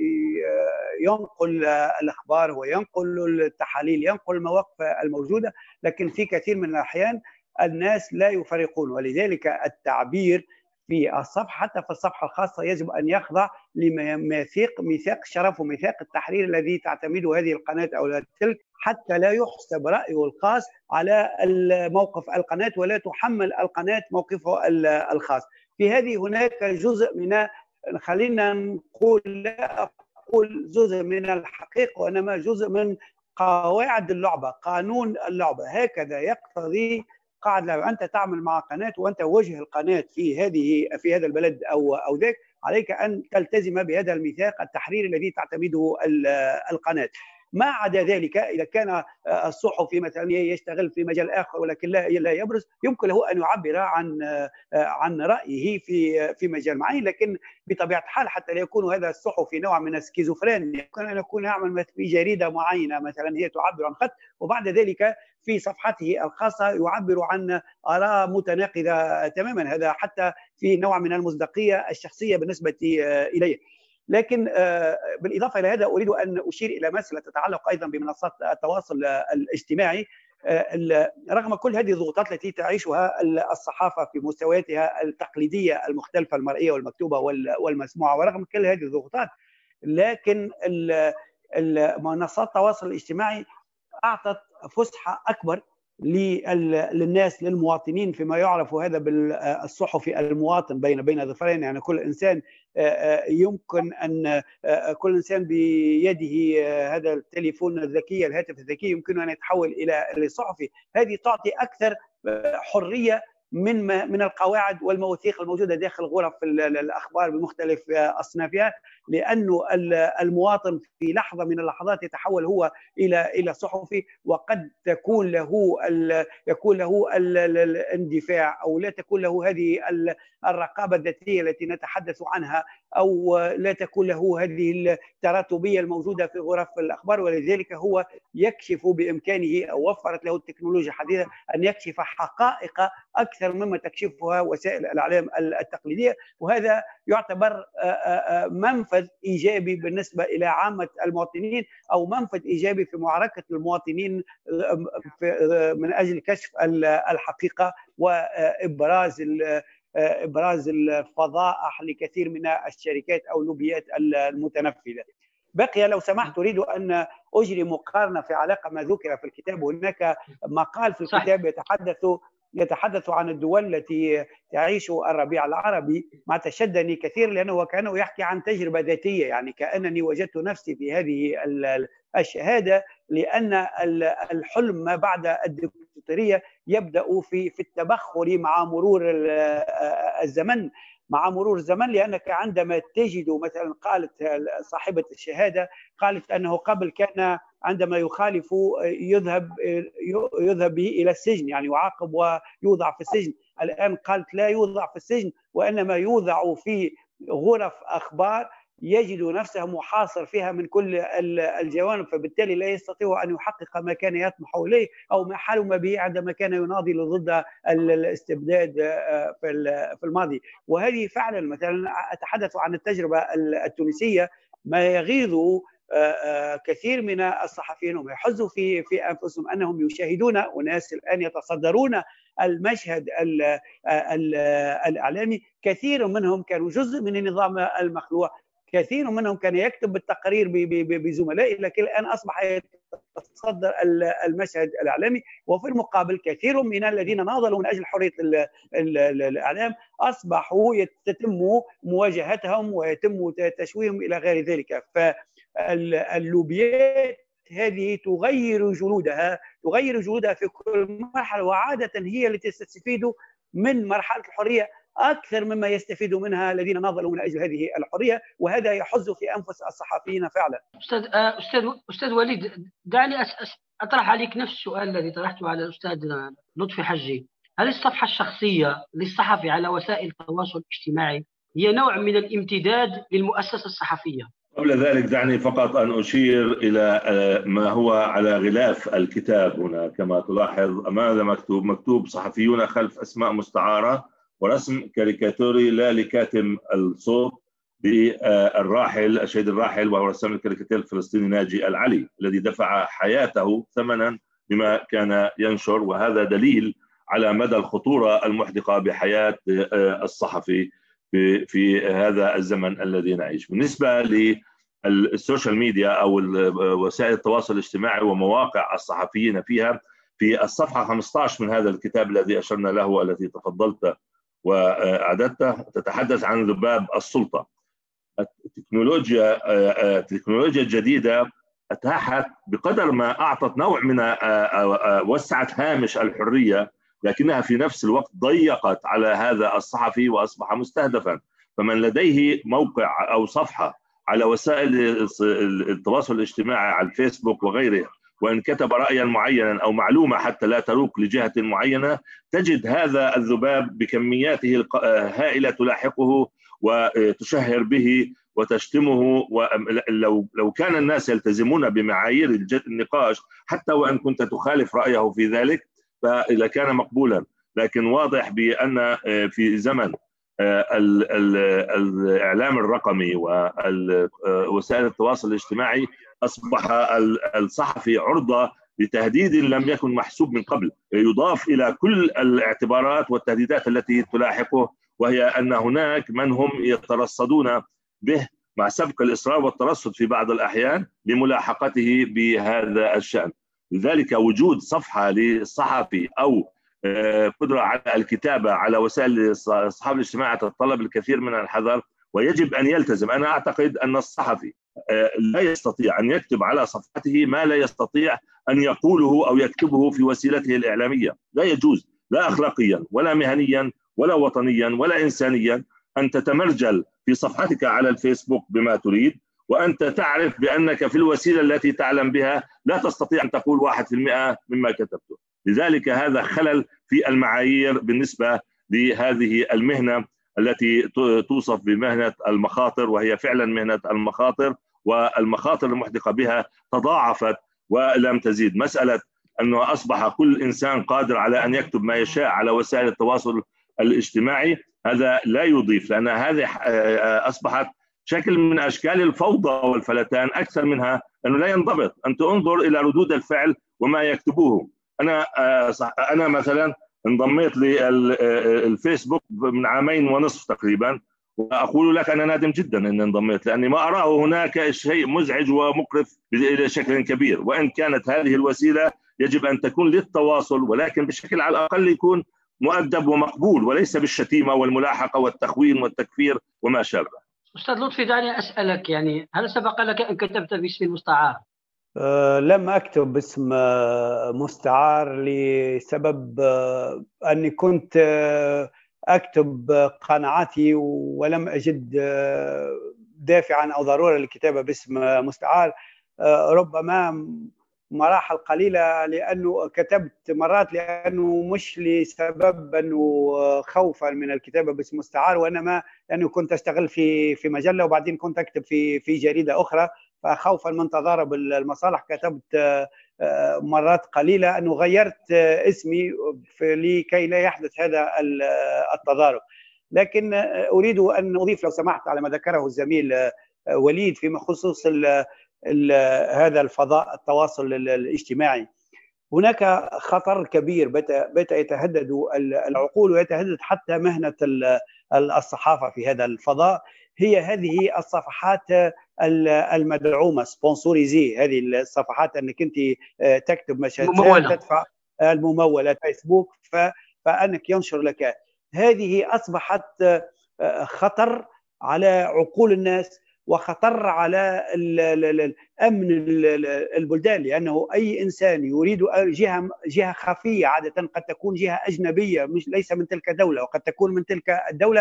ينقل الأخبار وينقل التحاليل، ينقل المواقف الموجودة، لكن في كثير من الأحيان الناس لا يفرقون. ولذلك التعبير في الصفحة حتى في الصفحة الخاصة يجب أن يخضع ميثاق الشرف وميثاق التحرير الذي تعتمده هذه القناة أو تلك، حتى لا يحسب رأيه الخاص على موقف القناة ولا تحمل القناة موقفه الخاص. في هذه هناك جزء من، خلينا نقول لا أقول جزء من الحقيقة وإنما جزء من قواعد اللعبة، قانون اللعبة هكذا يقتضي قاعدة. أنت تعمل مع قناة وأنت وجه القناة في هذا البلد أو ذاك، عليك أن تلتزم بهذا الميثاق التحريري الذي تعتمده القناة. ما عدا ذلك إذا كان الصحفي مثلا يشتغل في مجال آخر ولكن لا يبرز، يمكن له أن يعبر عن رأيه في مجال معين، لكن بطبيعة الحال حتى لا يكون هذا الصحفي نوع من السكيزوفرينيا، يمكن أن يكون يعمل في جريدة معينة مثلا هي تعبر عن خط، وبعد ذلك في صفحته الخاصة يعبر عن آراء متناقضة تماما. هذا حتى في نوع من المصداقية الشخصية بالنسبة إليه. لكن بالإضافة إلى هذا أريد أن أشير إلى مسألة تتعلق أيضا بمنصات التواصل الاجتماعي. رغم كل هذه الضغوطات التي تعيشها الصحافة في مستوياتها التقليدية المختلفة المرئية والمكتوبة والمسموعة، ورغم كل هذه الضغوطات، لكن منصات التواصل الاجتماعي أعطت فسحة أكبر للناس للمواطنين فيما يعرف هذا بالصحفي المواطن بين ظفرين. يعني كل انسان يمكن ان كل انسان بيده هذا التليفون الذكي الهاتف الذكي يمكن ان يتحول الى صحفي. هذه تعطي اكثر حريه من القواعد والمواثيق الموجوده داخل غرف الاخبار بمختلف اصنافها، لانه المواطن في لحظه من اللحظات يتحول هو الى صحفي، وقد يكون له الاندفاع او لا تكون له هذه الرقابه الذاتيه التي نتحدث عنها، او لا تكون له هذه التراتبيه الموجوده في غرف الاخبار. ولذلك هو يكشف بامكانه او وفرت له التكنولوجيا الحديثه ان يكشف حقائق اكثر مما تكشفها وسائل الاعلام التقليديه، وهذا يعتبر منفذ ايجابي بالنسبه الى عامه المواطنين، او منفذ ايجابي في معركه المواطنين من اجل كشف الحقيقه وابراز الفضائح لكثير من الشركات او اللوبيات المتنفذه. بقي لو سمحت اريد ان اجري مقارنه في علاقه ما ذكر في الكتاب. هناك مقال في الكتاب يتحدث عن الدول التي تعيش الربيع العربي، ما تشدني كثير لانه كانه يحكي عن تجربه ذاتيه، يعني كانني وجدت نفسي في هذه الشهاده، لان الحلم ما بعد الدكتاتوريه يبدا في التبخر مع مرور الزمن. لانك عندما تجد مثلا، قالت صاحبه الشهاده، قالت انه قبل كان عندما يخالف يذهب به الى السجن، يعني يعاقب ويوضع في السجن. الان قالت لا يوضع في السجن، وانما يوضع في غرف اخبار يجد نفسه محاصر فيها من كل الجوانب، فبالتالي لا يستطيع ان يحقق ما كان يطمح اليه او ما حلم به عندما كان يناضل ضد الاستبداد في الماضي. وهذه فعلا مثلا اتحدث عن التجربه التونسيه، ما يغيظ كثير من الصحفيين وما يحزوا في انفسهم انهم يشاهدون اناس الان يتصدرون المشهد الاعلامي. كثير منهم كانوا جزء من النظام المخلوع، كثير منهم كان يكتب بالتقارير بزملائه، لكن الان اصبح يتصدر المشهد الاعلامي. وفي المقابل كثير من الذين ناضلوا من اجل حريه الاعلام اصبحوا تتم مواجهتهم ويتم تشويههم الى غير ذلك. فاللوبيات هذه تغير جلودها في كل مرحله، وعاده هي التي تستفيد من مرحله الحريه اكثر مما يستفيد منها الذين ناضلوا من اجل هذه الحريه، وهذا يحز في انفس الصحفيين فعلا. استاذ وليد، دعني اطرح عليك نفس السؤال الذي طرحته على الاستاذ لطفي حجي. هل الصفحه الشخصيه للصحفي على وسائل التواصل الاجتماعي هي نوع من الامتداد للمؤسسه الصحفيه؟ قبل ذلك دعني فقط أن أشير إلى ما هو على غلاف الكتاب هنا. كما تلاحظ أمامنا مكتوب صحفيون خلف أسماء مستعارة، ورسم كاريكاتوري لا لكاتم الصوت بالراحل الشهيد الراحل، وهو رسام الكاريكاتير الفلسطيني ناجي العلي الذي دفع حياته ثمنا بما كان ينشر. وهذا دليل على مدى الخطورة المحدقة بحياة الصحفي في هذا الزمن الذي نعيش. بالنسبة للسوشيال ميديا أو وسائل التواصل الاجتماعي ومواقع الصحفيين فيها، في الصفحة 15 من هذا الكتاب الذي أشرنا له التي تفضلت وأعددته، تتحدث عن ذباب السلطة. التكنولوجيا الجديدة أتاحت بقدر ما أعطت نوع من وسعت هامش الحرية، لكنها في نفس الوقت ضيقت على هذا الصحفي وأصبح مستهدفا. فمن لديه موقع أو صفحة على وسائل التواصل الاجتماعي على الفيسبوك وغيره، وإن كتب رأيا معينا أو معلومة حتى لا تروق لجهة معينة، تجد هذا الذباب بكمياته هائلة تلاحقه وتشهر به وتشتمه. ولو كان الناس يلتزمون بمعايير النقاش حتى وإن كنت تخالف رأيه في ذلك فلكان مقبولا. لكن واضح بأن في زمن الإعلام الرقمي ووسائل التواصل الاجتماعي أصبح الصحفي عرضة لتهديد لم يكن محسوب من قبل، يضاف إلى كل الاعتبارات والتهديدات التي تلاحقه، وهي أن هناك من هم يترصدون به مع سبق الإصرار والترصد في بعض الأحيان لملاحقته بهذا الشأن. لذلك وجود صفحة للصحفي أو قدرة على الكتابة على وسائل الصحافة الاجتماعية تتطلب الكثير من الحذر ويجب أن يلتزم. أنا أعتقد أن الصحفي لا يستطيع أن يكتب على صفحته ما لا يستطيع أن يقوله أو يكتبه في وسيلته الإعلامية. لا يجوز، لا أخلاقيا ولا مهنيا ولا وطنيا ولا إنسانيا أن تتمرجل في صفحتك على الفيسبوك بما تريد وأنت تعرف بأنك في الوسيلة التي تعلم بها لا تستطيع أن تقول 1% مما كتبته. لذلك هذا خلل في المعايير بالنسبة لهذه المهنة التي توصف بمهنة المخاطر، وهي فعلا مهنة المخاطر، والمخاطر المحدقة بها تضاعفت ولم تزيد. مسألة أنه أصبح كل إنسان قادر على أن يكتب ما يشاء على وسائل التواصل الاجتماعي، هذا لا يضيف، لأن هذه أصبحت شكل من أشكال الفوضى والفلتان أكثر منها أنه لا ينضبط. أنت انظر إلى ردود الفعل وما يكتبوه. أنا مثلا انضميت للفيسبوك من 2.5 عام تقريبا، وأقول لك أنا نادم جدا أني انضميت، لأني ما أراه هناك شيء مزعج ومقرف بشكل كبير، وإن كانت هذه الوسيلة يجب أن تكون للتواصل، ولكن بشكل على الأقل يكون مؤدب ومقبول، وليس بالشتيمة والملاحقة والتخوين والتكفير وما شابه. أستاذ لطفي، دعني أسألك، يعني هل سبق لك أن كتبت باسم المستعار؟ لم أكتب باسم مستعار لسبب أني كنت أكتب قناعاتي ولم أجد دافعا أو ضرورة للكتابة باسم مستعار. ربما مراحل قليلة لأنه كتبت مرات لأنه مش لسبب أنه خوفا من الكتابة باسم مستعار، وإنما لأنه كنت أشتغل في مجلة وبعدين كنت أكتب في جريدة أخرى، فخوفا من تضارب المصالح كتبت مرات قليلة أنه غيرت اسمي لكي لا يحدث هذا التضارب. لكن أريد أن أضيف لو سمحت على ما ذكره الزميل وليد فيما خصوص هذا الفضاء التواصل الاجتماعي. هناك خطر كبير بات يتهدد العقول ويتهدد حتى مهنة الصحافة في هذا الفضاء. هي هذه الصفحات المدعومة سبونسوريزي، هذه الصفحات أنك أنت تكتب مشاهدات تدفع الممولة فيسبوك فأنك ينشر لك. هذه أصبحت خطر على عقول الناس وخطر على الأمن البلدان، لأنه أي إنسان يريد جهة خفية، عادة قد تكون جهة أجنبية مش ليس من تلك الدولة، وقد تكون من تلك الدولة،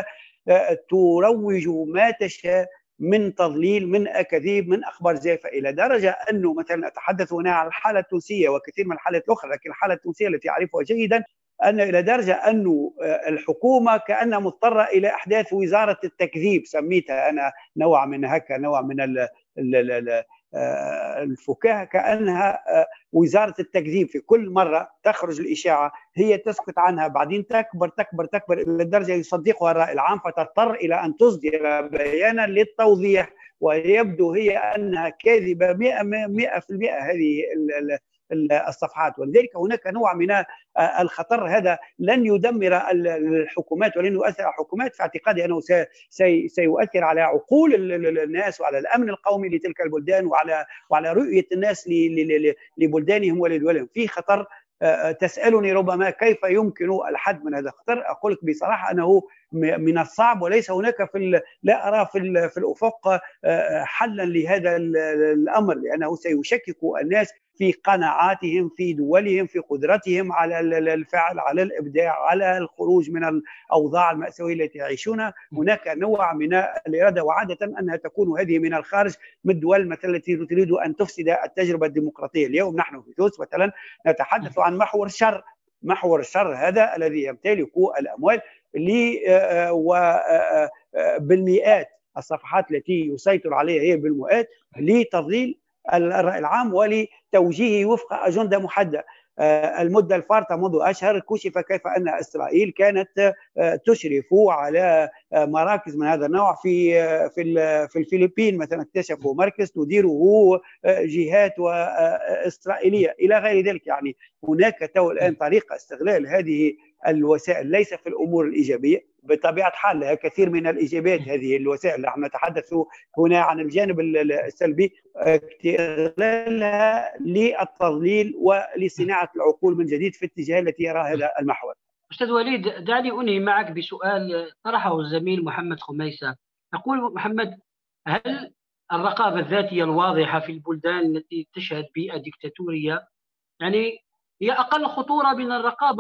تروج ما تشاء من تضليل، من أكاذيب، من أخبار زائفة، إلى درجة أنه مثلا أتحدث هنا عن الحالة التونسية وكثير من الحالات الأخرى، لكن الحالة التونسية التي أعرفها جيدا أن إلى درجة أن الحكومة كأنها مضطرة إلى إحداث وزارة التكذيب، سميتها أنا نوع من هكا، نوع من الفكاهة، كأنها وزارة التكذيب. في كل مرة تخرج الإشاعة هي تسكت عنها، بعدين تكبر تكبر تكبر إلى درجة يصدقها الرأي العام، فتضطر إلى أن تصدر بيانا للتوضيح، ويبدو هي أنها كاذبة 100% هذه الصفحات. ولذلك هناك نوع من الخطر، هذا لن يدمر الحكومات ولن يؤثر على الحكومات، في اعتقادي أنه سيؤثر على عقول الناس وعلى الأمن القومي لتلك البلدان وعلى رؤية الناس لبلدانهم ولدولهم. في خطر. تسألني ربما كيف يمكن الحد من هذا الخطر؟ أقول لك بصراحة أنه من الصعب، وليس هناك لا أرى في الأفق حلا لهذا الأمر، لأنه سيشكك الناس في قناعاتهم، في دولهم، في قدرتهم على الفعل، على الإبداع، على الخروج من الأوضاع المأساوية التي يعيشونها. هناك نوع من الإرادة، وعادة أنها تكون هذه من الخارج، من الدول مثلا التي تريد أن تفسد التجربة الديمقراطية. اليوم نحن في تونس مثلا نتحدث عن محور الشر هذا الذي يمتلك الأموال بالمئات، الصفحات التي يسيطر عليها هي بالمئات، لتضليل الرأي العام ولتوجيهه وفق أجندة محددة. المدة الفارطة منذ أشهر كشف كيف أن إسرائيل كانت تشرف على مراكز من هذا النوع في الفلبين مثلا، اكتشفوا مركز تديره جهات إسرائيلية إلى غير ذلك. يعني هناك الآن طريقة استغلال هذه الوسائل ليس في الأمور الإيجابية، بطبيعة حال لها كثير من الإيجابيات هذه الوسائل. نحن نتحدث هنا عن الجانب السلبي استغلالها للتضليل ولصناعة العقول من جديد في الاتجاه التي يراه هذا المحور. أستاذ وليد، دعني أنهي معك بسؤال طرحه الزميل محمد خميسة. يقول محمد: هل الرقابة الذاتية الواضحة في البلدان التي تشهد بيئة ديكتاتورية يعني هي أقل خطورة من الرقابة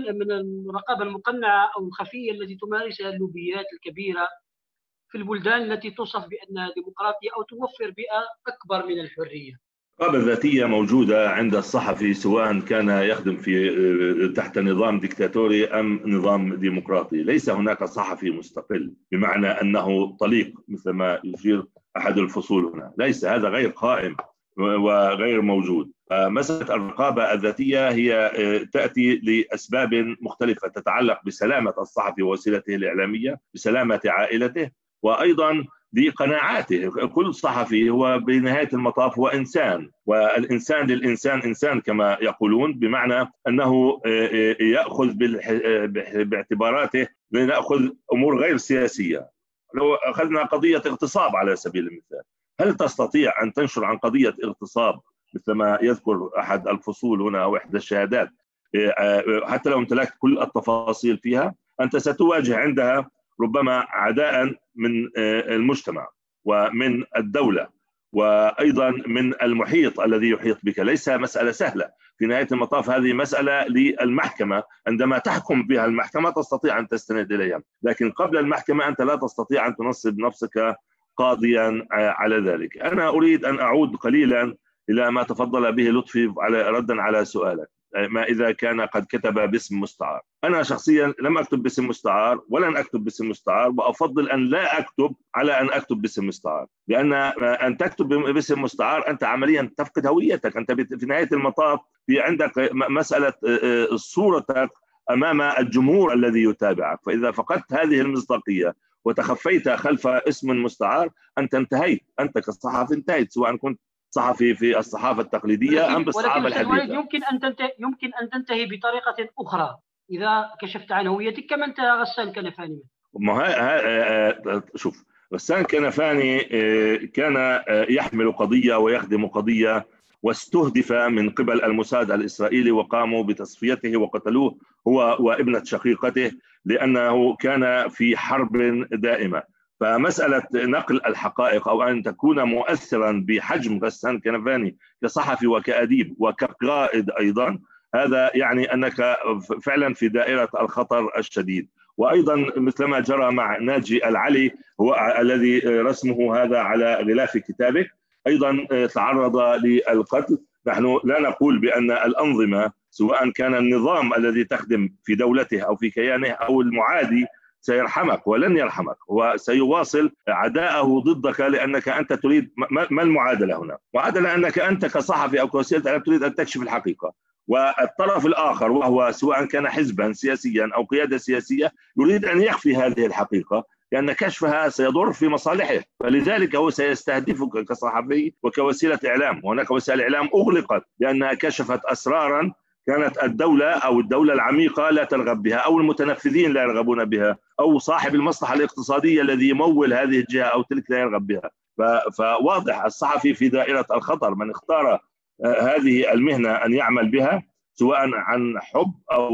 المقنعة أو الخفية التي تمارسها اللوبيات الكبيرة في البلدان التي توصف بأنها ديمقراطية أو توفر بيئة أكبر من الحرية؟ الرقابة الذاتية موجودة عند الصحفي سواء كان يخدم في تحت نظام ديكتاتوري أم نظام ديمقراطي. ليس هناك صحفي مستقل بمعنى أنه طليق مثل ما يشير أحد الفصول هنا. ليس هذا، غير قائم وغير موجود. مسألة الرقابة الذاتية هي تأتي لأسباب مختلفة تتعلق بسلامة الصحفي ووسيلته الإعلامية، بسلامة عائلته، وأيضا بقناعاته. كل صحفي هو بنهاية المطاف هو إنسان، والإنسان للإنسان إنسان كما يقولون، بمعنى أنه يأخذ باعتباراته، لنأخذ أمور غير سياسية. لو أخذنا قضية اغتصاب على سبيل المثال، هل تستطيع أن تنشر عن قضية اغتصاب مثل ما يذكر أحد الفصول هنا أو إحدى الشهادات حتى لو امتلكت كل التفاصيل فيها؟ أنت ستواجه عندها ربما عداء من المجتمع ومن الدولة وأيضا من المحيط الذي يحيط بك. ليس مسألة سهلة في نهاية المطاف، هذه مسألة للمحكمة. عندما تحكم بها المحكمة تستطيع أن تستند إليها، لكن قبل المحكمة أنت لا تستطيع أن تنصب نفسك قاضيا على ذلك. أنا أريد أن أعود قليلا إلى ما تفضل به لطفي ردا على سؤالك، ما إذا كان قد كتب باسم مستعار. أنا شخصيا لم أكتب باسم مستعار ولن أكتب باسم مستعار، وأفضل أن لا أكتب على أن أكتب باسم مستعار، لأن أن تكتب باسم مستعار أنت عمليا تفقد هويتك. أنت في نهاية المطاف في عندك مسألة صورتك أمام الجمهور الذي يتابعك، فإذا فقدت هذه المصداقية وتخفيت خلف اسم مستعار أنت انتهيت، أنت كصحفي انتهيت، سواء كنت صحفي في الصحافة التقليدية أم بالصحافة الحديثة. يمكن أن تنتهي بطريقة أخرى إذا كشفت عن هويتك، كما انتهى غسان كنفاني. شوف، غسان كنفاني كان يحمل قضية ويخدم قضية، واستهدف من قبل الموساد الإسرائيلي وقاموا بتصفيته وقتلوه هو وابنة شقيقته، لأنه كان في حرب دائمة. فمسألة نقل الحقائق أو أن تكون مؤثرا بحجم غسان كنفاني كصحفي وكأديب وكقائد أيضا، هذا يعني أنك فعلا في دائرة الخطر الشديد. وأيضا مثلما جرى مع ناجي العلي هو الذي رسمه هذا على غلاف كتابك، أيضا تعرض للقتل. نحن لا نقول بأن الأنظمة سواء كان النظام الذي تخدم في دولته أو في كيانه أو المعادي سيرحمك، ولن يرحمك، وسيواصل عداءه ضدك، لأنك أنت تريد ما المعادلة هنا؟ معادلة أنك أنت كصحفي أو كوسيلة إعلام تريد أن تكشف الحقيقة، والطرف الآخر وهو سواء كان حزبا سياسيا أو قيادة سياسية يريد أن يخفي هذه الحقيقة، لأن كشفها سيضر في مصالحه، فلذلك هو سيستهدفك كصحفي وكوسيلة إعلام. وهناك وسائل إعلام أغلقت لأنها كشفت أسرارا كانت الدولة أو الدولة العميقة لا ترغب بها، أو المتنفذين لا يرغبون بها، أو صاحب المصلحة الاقتصادية الذي يمول هذه الجهة أو تلك لا يرغب بها. فواضح الصحفي في دائرة الخطر. من اختار هذه المهنة أن يعمل بها سواء عن حب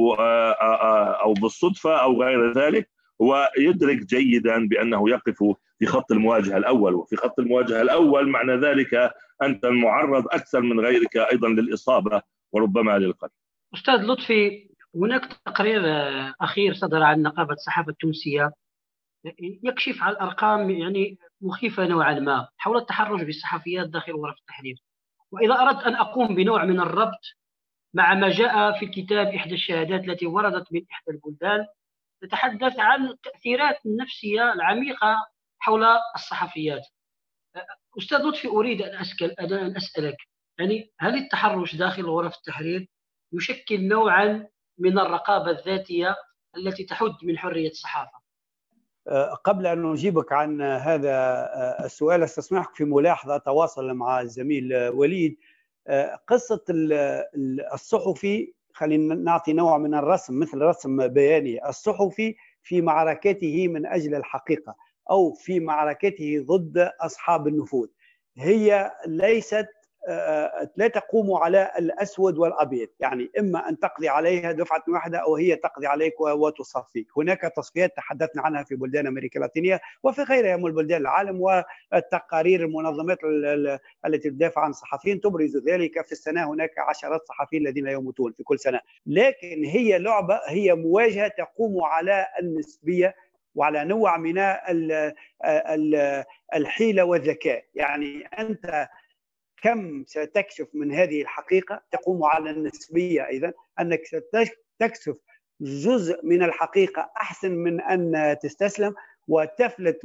أو بالصدفة أو غير ذلك، هو يدرك جيدا بأنه يقف في خط المواجهة الأول، وفي خط المواجهة الأول معنى ذلك أنت معرض أكثر من غيرك أيضا للإصابة وربما للقتل. أستاذ لطفي، هناك تقرير أخير صدر عن نقابة الصحافة التونسية يكشف على الأرقام يعني مخيفة نوعا ما حول التحرش بالصحفيات داخل غرف التحرير. وإذا أردت أن أقوم بنوع من الربط مع ما جاء في الكتاب إحدى الشهادات التي وردت من إحدى البلدان تتحدث عن التأثيرات النفسية العميقة حول الصحفيات. أستاذ لطفي، أريد أن أسألك يعني هل التحرش داخل غرف التحرير يشكل نوعا من الرقابة الذاتية التي تحد من حرية الصحافة؟ قبل أن نجيبك عن هذا السؤال استسمحك في ملاحظة تواصل مع الزميل وليد. قصة الصحفي خلينا نعطي نوع من الرسم، مثل رسم بياني. الصحفي في معركته من أجل الحقيقة أو في معركته ضد أصحاب النفوذ هي ليست لا تقوم على الأسود والأبيض، يعني إما أن تقضي عليها دفعة واحدة أو هي تقضي عليك وتصفيك. هناك تصفيات تحدثنا عنها في بلدان أمريكا اللاتينية وفي غيرها من بلدان العالم، والتقارير المنظمات التي تدافع عن الصحفيين تبرز ذلك. في السنة هناك عشرات صحفيين الذين يموتون في كل سنة، لكن هي لعبة، هي مواجهة تقوم على النسبية وعلى نوع من الحيلة والذكاء. يعني أنت كم ستكشف من هذه الحقيقة تقوم على النسبية، إذن أنك ستكشف جزء من الحقيقة أحسن من أن تستسلم وتفلت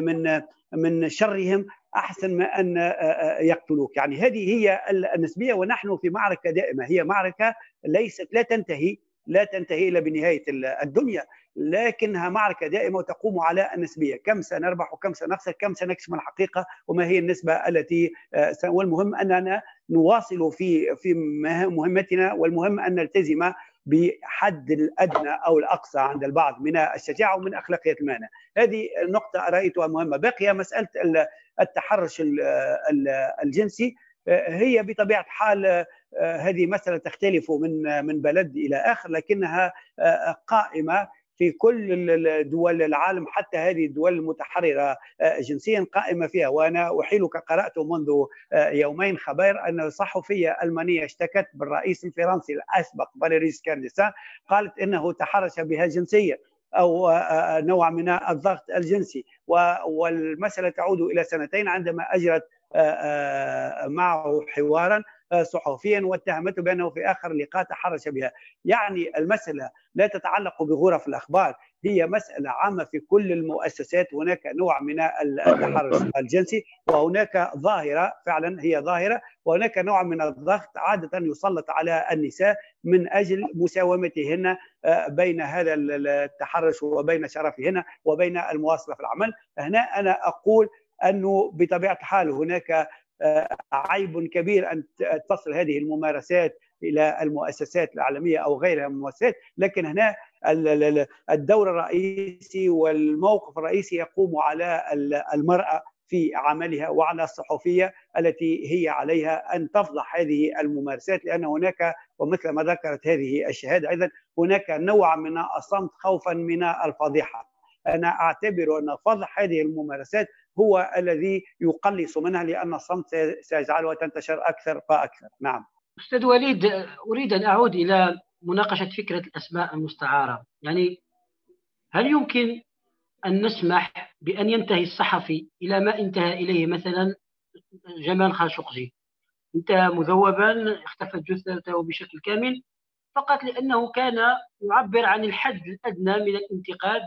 من شرهم أحسن من أن يقتلوك. يعني هذه هي النسبية، ونحن في معركة دائمة، هي معركة ليست لا تنتهي إلا بنهاية الدنيا، لكنها معركة دائمة وتقوم على النسبية. كم سنربح وكم سنخسر، كم سنكشف الحقيقة وما هي النسبة التي والمهم أننا نواصل في مهمتنا، والمهم أن نلتزم بحد الأدنى أو الأقصى عند البعض من الشجاعة ومن أخلاقية المهنة. هذه النقطة رأيتها مهمة. بقي مسألة التحرش الجنسي، هي بطبيعة الحال هذه مسألة تختلف من بلد إلى آخر، لكنها قائمة في كل دول العالم، حتى هذه الدول المتحررة جنسيا قائمة فيها. وأنا أحيلك، قرأت منذ يومين خبر أن صحفية ألمانية اشتكت بالرئيس الفرنسي الأسبق فاليري جيسكار ديستين، قالت إنه تحرش بها جنسيا أو نوع من الضغط الجنسي، والمسألة تعود إلى سنتين عندما أجرت معه حوارا صحفيا واتهمته بأنه في آخر لقاء تحرش بها. يعني المسألة لا تتعلق بغرف الأخبار، هي مسألة عامة في كل المؤسسات. هناك نوع من التحرش الجنسي، وهناك ظاهرة فعلا هي ظاهرة، وهناك نوع من الضغط عادة يسلط على النساء من أجل مساومتهن بين هذا التحرش وبين شرفهن وبين المواصلة في العمل. هنا أنا أقول أنه بطبيعة الحال هناك عيب كبير أن تصل هذه الممارسات إلى المؤسسات العالمية أو غيرها من المؤسسات، لكن هنا الدور الرئيسي والموقف الرئيسي يقوم على المرأة في عملها وعلى الصحفية التي هي عليها أن تفضح هذه الممارسات، لأن هناك، ومثل ما ذكرت هذه الشهادة أيضا، هناك نوع من الصمت خوفا من الفضيحة. أنا أعتبر أن فضح هذه الممارسات هو الذي يقلص منها، لأن الصمت سيجعلها تنتشر أكثر فأكثر. نعم أستاذ وليد، أريد أن أعود إلى مناقشة فكرة الأسماء المستعارة. يعني هل يمكن أن نسمح بأن ينتهي الصحفي إلى ما انتهى إليه مثلا جمال خاشقجي؟ انتهى مذوبا، اختفت جثته بشكل كامل فقط لأنه كان يعبر عن الحد الأدنى من الانتقاد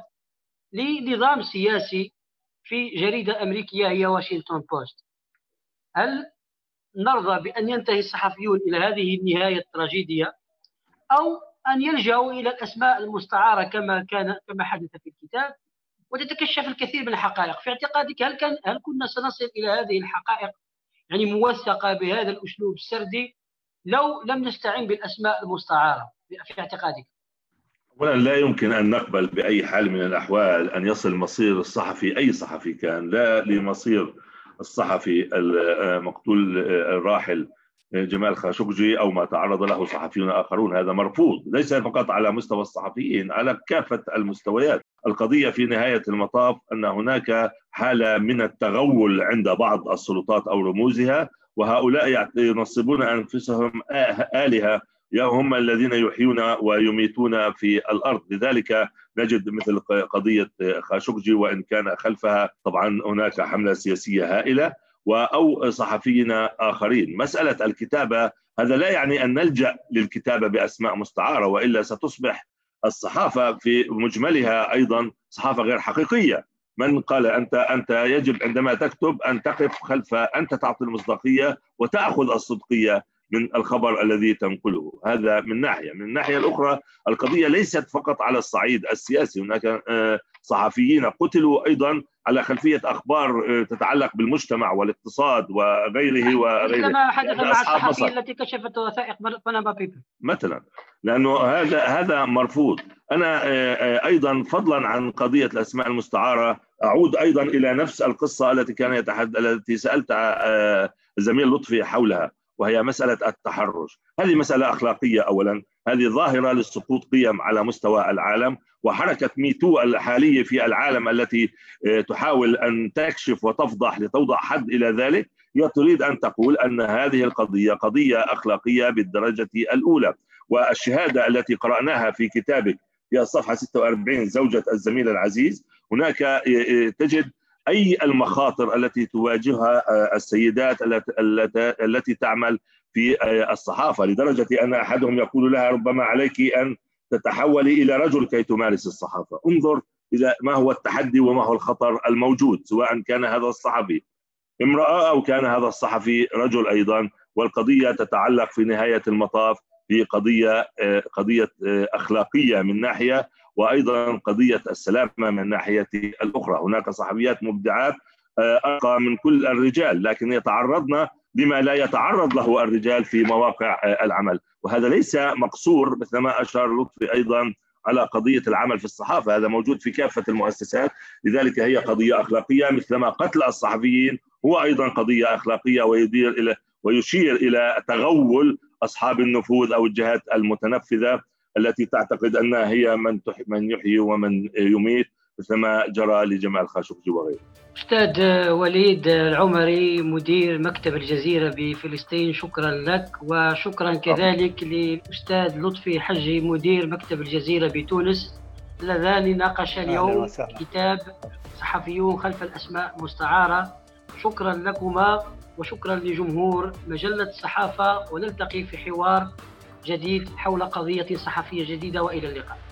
لنظام سياسي في جريدة أمريكية هي واشنطن بوست. هل نرضى بأن ينتهي الصحفيون إلى هذه النهاية التراجيدية، أو أن يلجأوا إلى الأسماء المستعارة كما حدث في الكتاب وتتكشف الكثير من الحقائق؟ في اعتقادك هل كنا سنصل إلى هذه الحقائق يعني موثقة بهذا الأسلوب السردي لو لم نستعين بالأسماء المستعارة في اعتقادك؟ أولا، لا يمكن أن نقبل بأي حال من الأحوال أن يصل مصير الصحفي، أي صحفي كان، لا لمصير الصحفي المقتول الراحل جمال خاشقجي أو ما تعرض له صحفيون آخرون. هذا مرفوض، ليس فقط على مستوى الصحفيين، على كافة المستويات. القضية في نهاية المطاف أن هناك حالة من التغول عند بعض السلطات أو رموزها، وهؤلاء ينصبون أنفسهم آلهة، هم الذين يحيون ويميتون في الأرض. لذلك نجد مثل قضية خاشقجي، وإن كان خلفها طبعا هناك حملة سياسية هائلة، أو صحفيين آخرين. مسألة الكتابة، هذا لا يعني أن نلجأ للكتابة بأسماء مستعارة، وإلا ستصبح الصحافة في مجملها أيضا صحافة غير حقيقية. من قال أنت يجب عندما تكتب أن تقف خلف، أنت تعطي المصداقية وتأخذ الصدقية من الخبر الذي تنقله. هذا من ناحية. من الناحية الأخرى القضية ليست فقط على الصعيد السياسي، هناك صحفيين قتلوا أيضا على خلفية أخبار تتعلق بالمجتمع والاقتصاد وغيره وغيره، كما حدث مع الصحفية التي كشفت وثائق بنما بيبر مثلا، لأنه هذا مرفوض. أنا أيضا فضلا عن قضية الأسماء المستعارة أعود أيضا إلى نفس القصة التي سألت الزميل لطفي حولها، وهي مسألة التحرش. هذه مسألة أخلاقية أولا، هذه ظاهرة للسقوط قيم على مستوى العالم، وحركة ميتو الحالية في العالم التي تحاول أن تكشف وتفضح لتوضع حد إلى ذلك، هي تريد أن تقول أن هذه القضية قضية أخلاقية بالدرجة الأولى. والشهادة التي قرأناها في كتابك في الصفحة 46 زوجة الزميل العزيز، هناك تجد أي المخاطر التي تواجهها السيدات التي تعمل في الصحافة، لدرجة أن أحدهم يقول لها ربما عليك أن تتحولي إلى رجل كي تمارس الصحافة. انظر إلى ما هو التحدي وما هو الخطر الموجود، سواء كان هذا الصحفي امرأة أو كان هذا الصحفي رجل أيضا. والقضية تتعلق في نهاية المطاف في قضية أخلاقية من ناحية، وأيضا قضية السلامة من الناحية الأخرى. هناك صحفيات مبدعات أرقى من كل الرجال، لكن يتعرضن لما لا يتعرض له الرجال في مواقع العمل، وهذا ليس مقصور مثل ما أشار لطفي أيضا على قضية العمل في الصحافة، هذا موجود في كافة المؤسسات. لذلك هي قضية أخلاقية، مثلما قتل الصحفيين هو أيضا قضية أخلاقية ويشير إلى تغول أصحاب النفوذ أو الجهات المتنفذة التي تعتقد أنها هي من يحيي ومن يميت، مثلما جرى لجمال خاشقجي وغيره. أستاذ وليد العمري مدير مكتب الجزيرة بفلسطين، شكرا لك، وشكرا كذلك للأستاذ لطفي حجي مدير مكتب الجزيرة بتونس، اللذان ناقشا اليوم كتاب صحفيون خلف الأسماء المستعارة. شكرا لكما وشكرا لجمهور مجلة الصحافة، ونلتقي في حوار جديد حول قضية صحفية جديدة، وإلى اللقاء.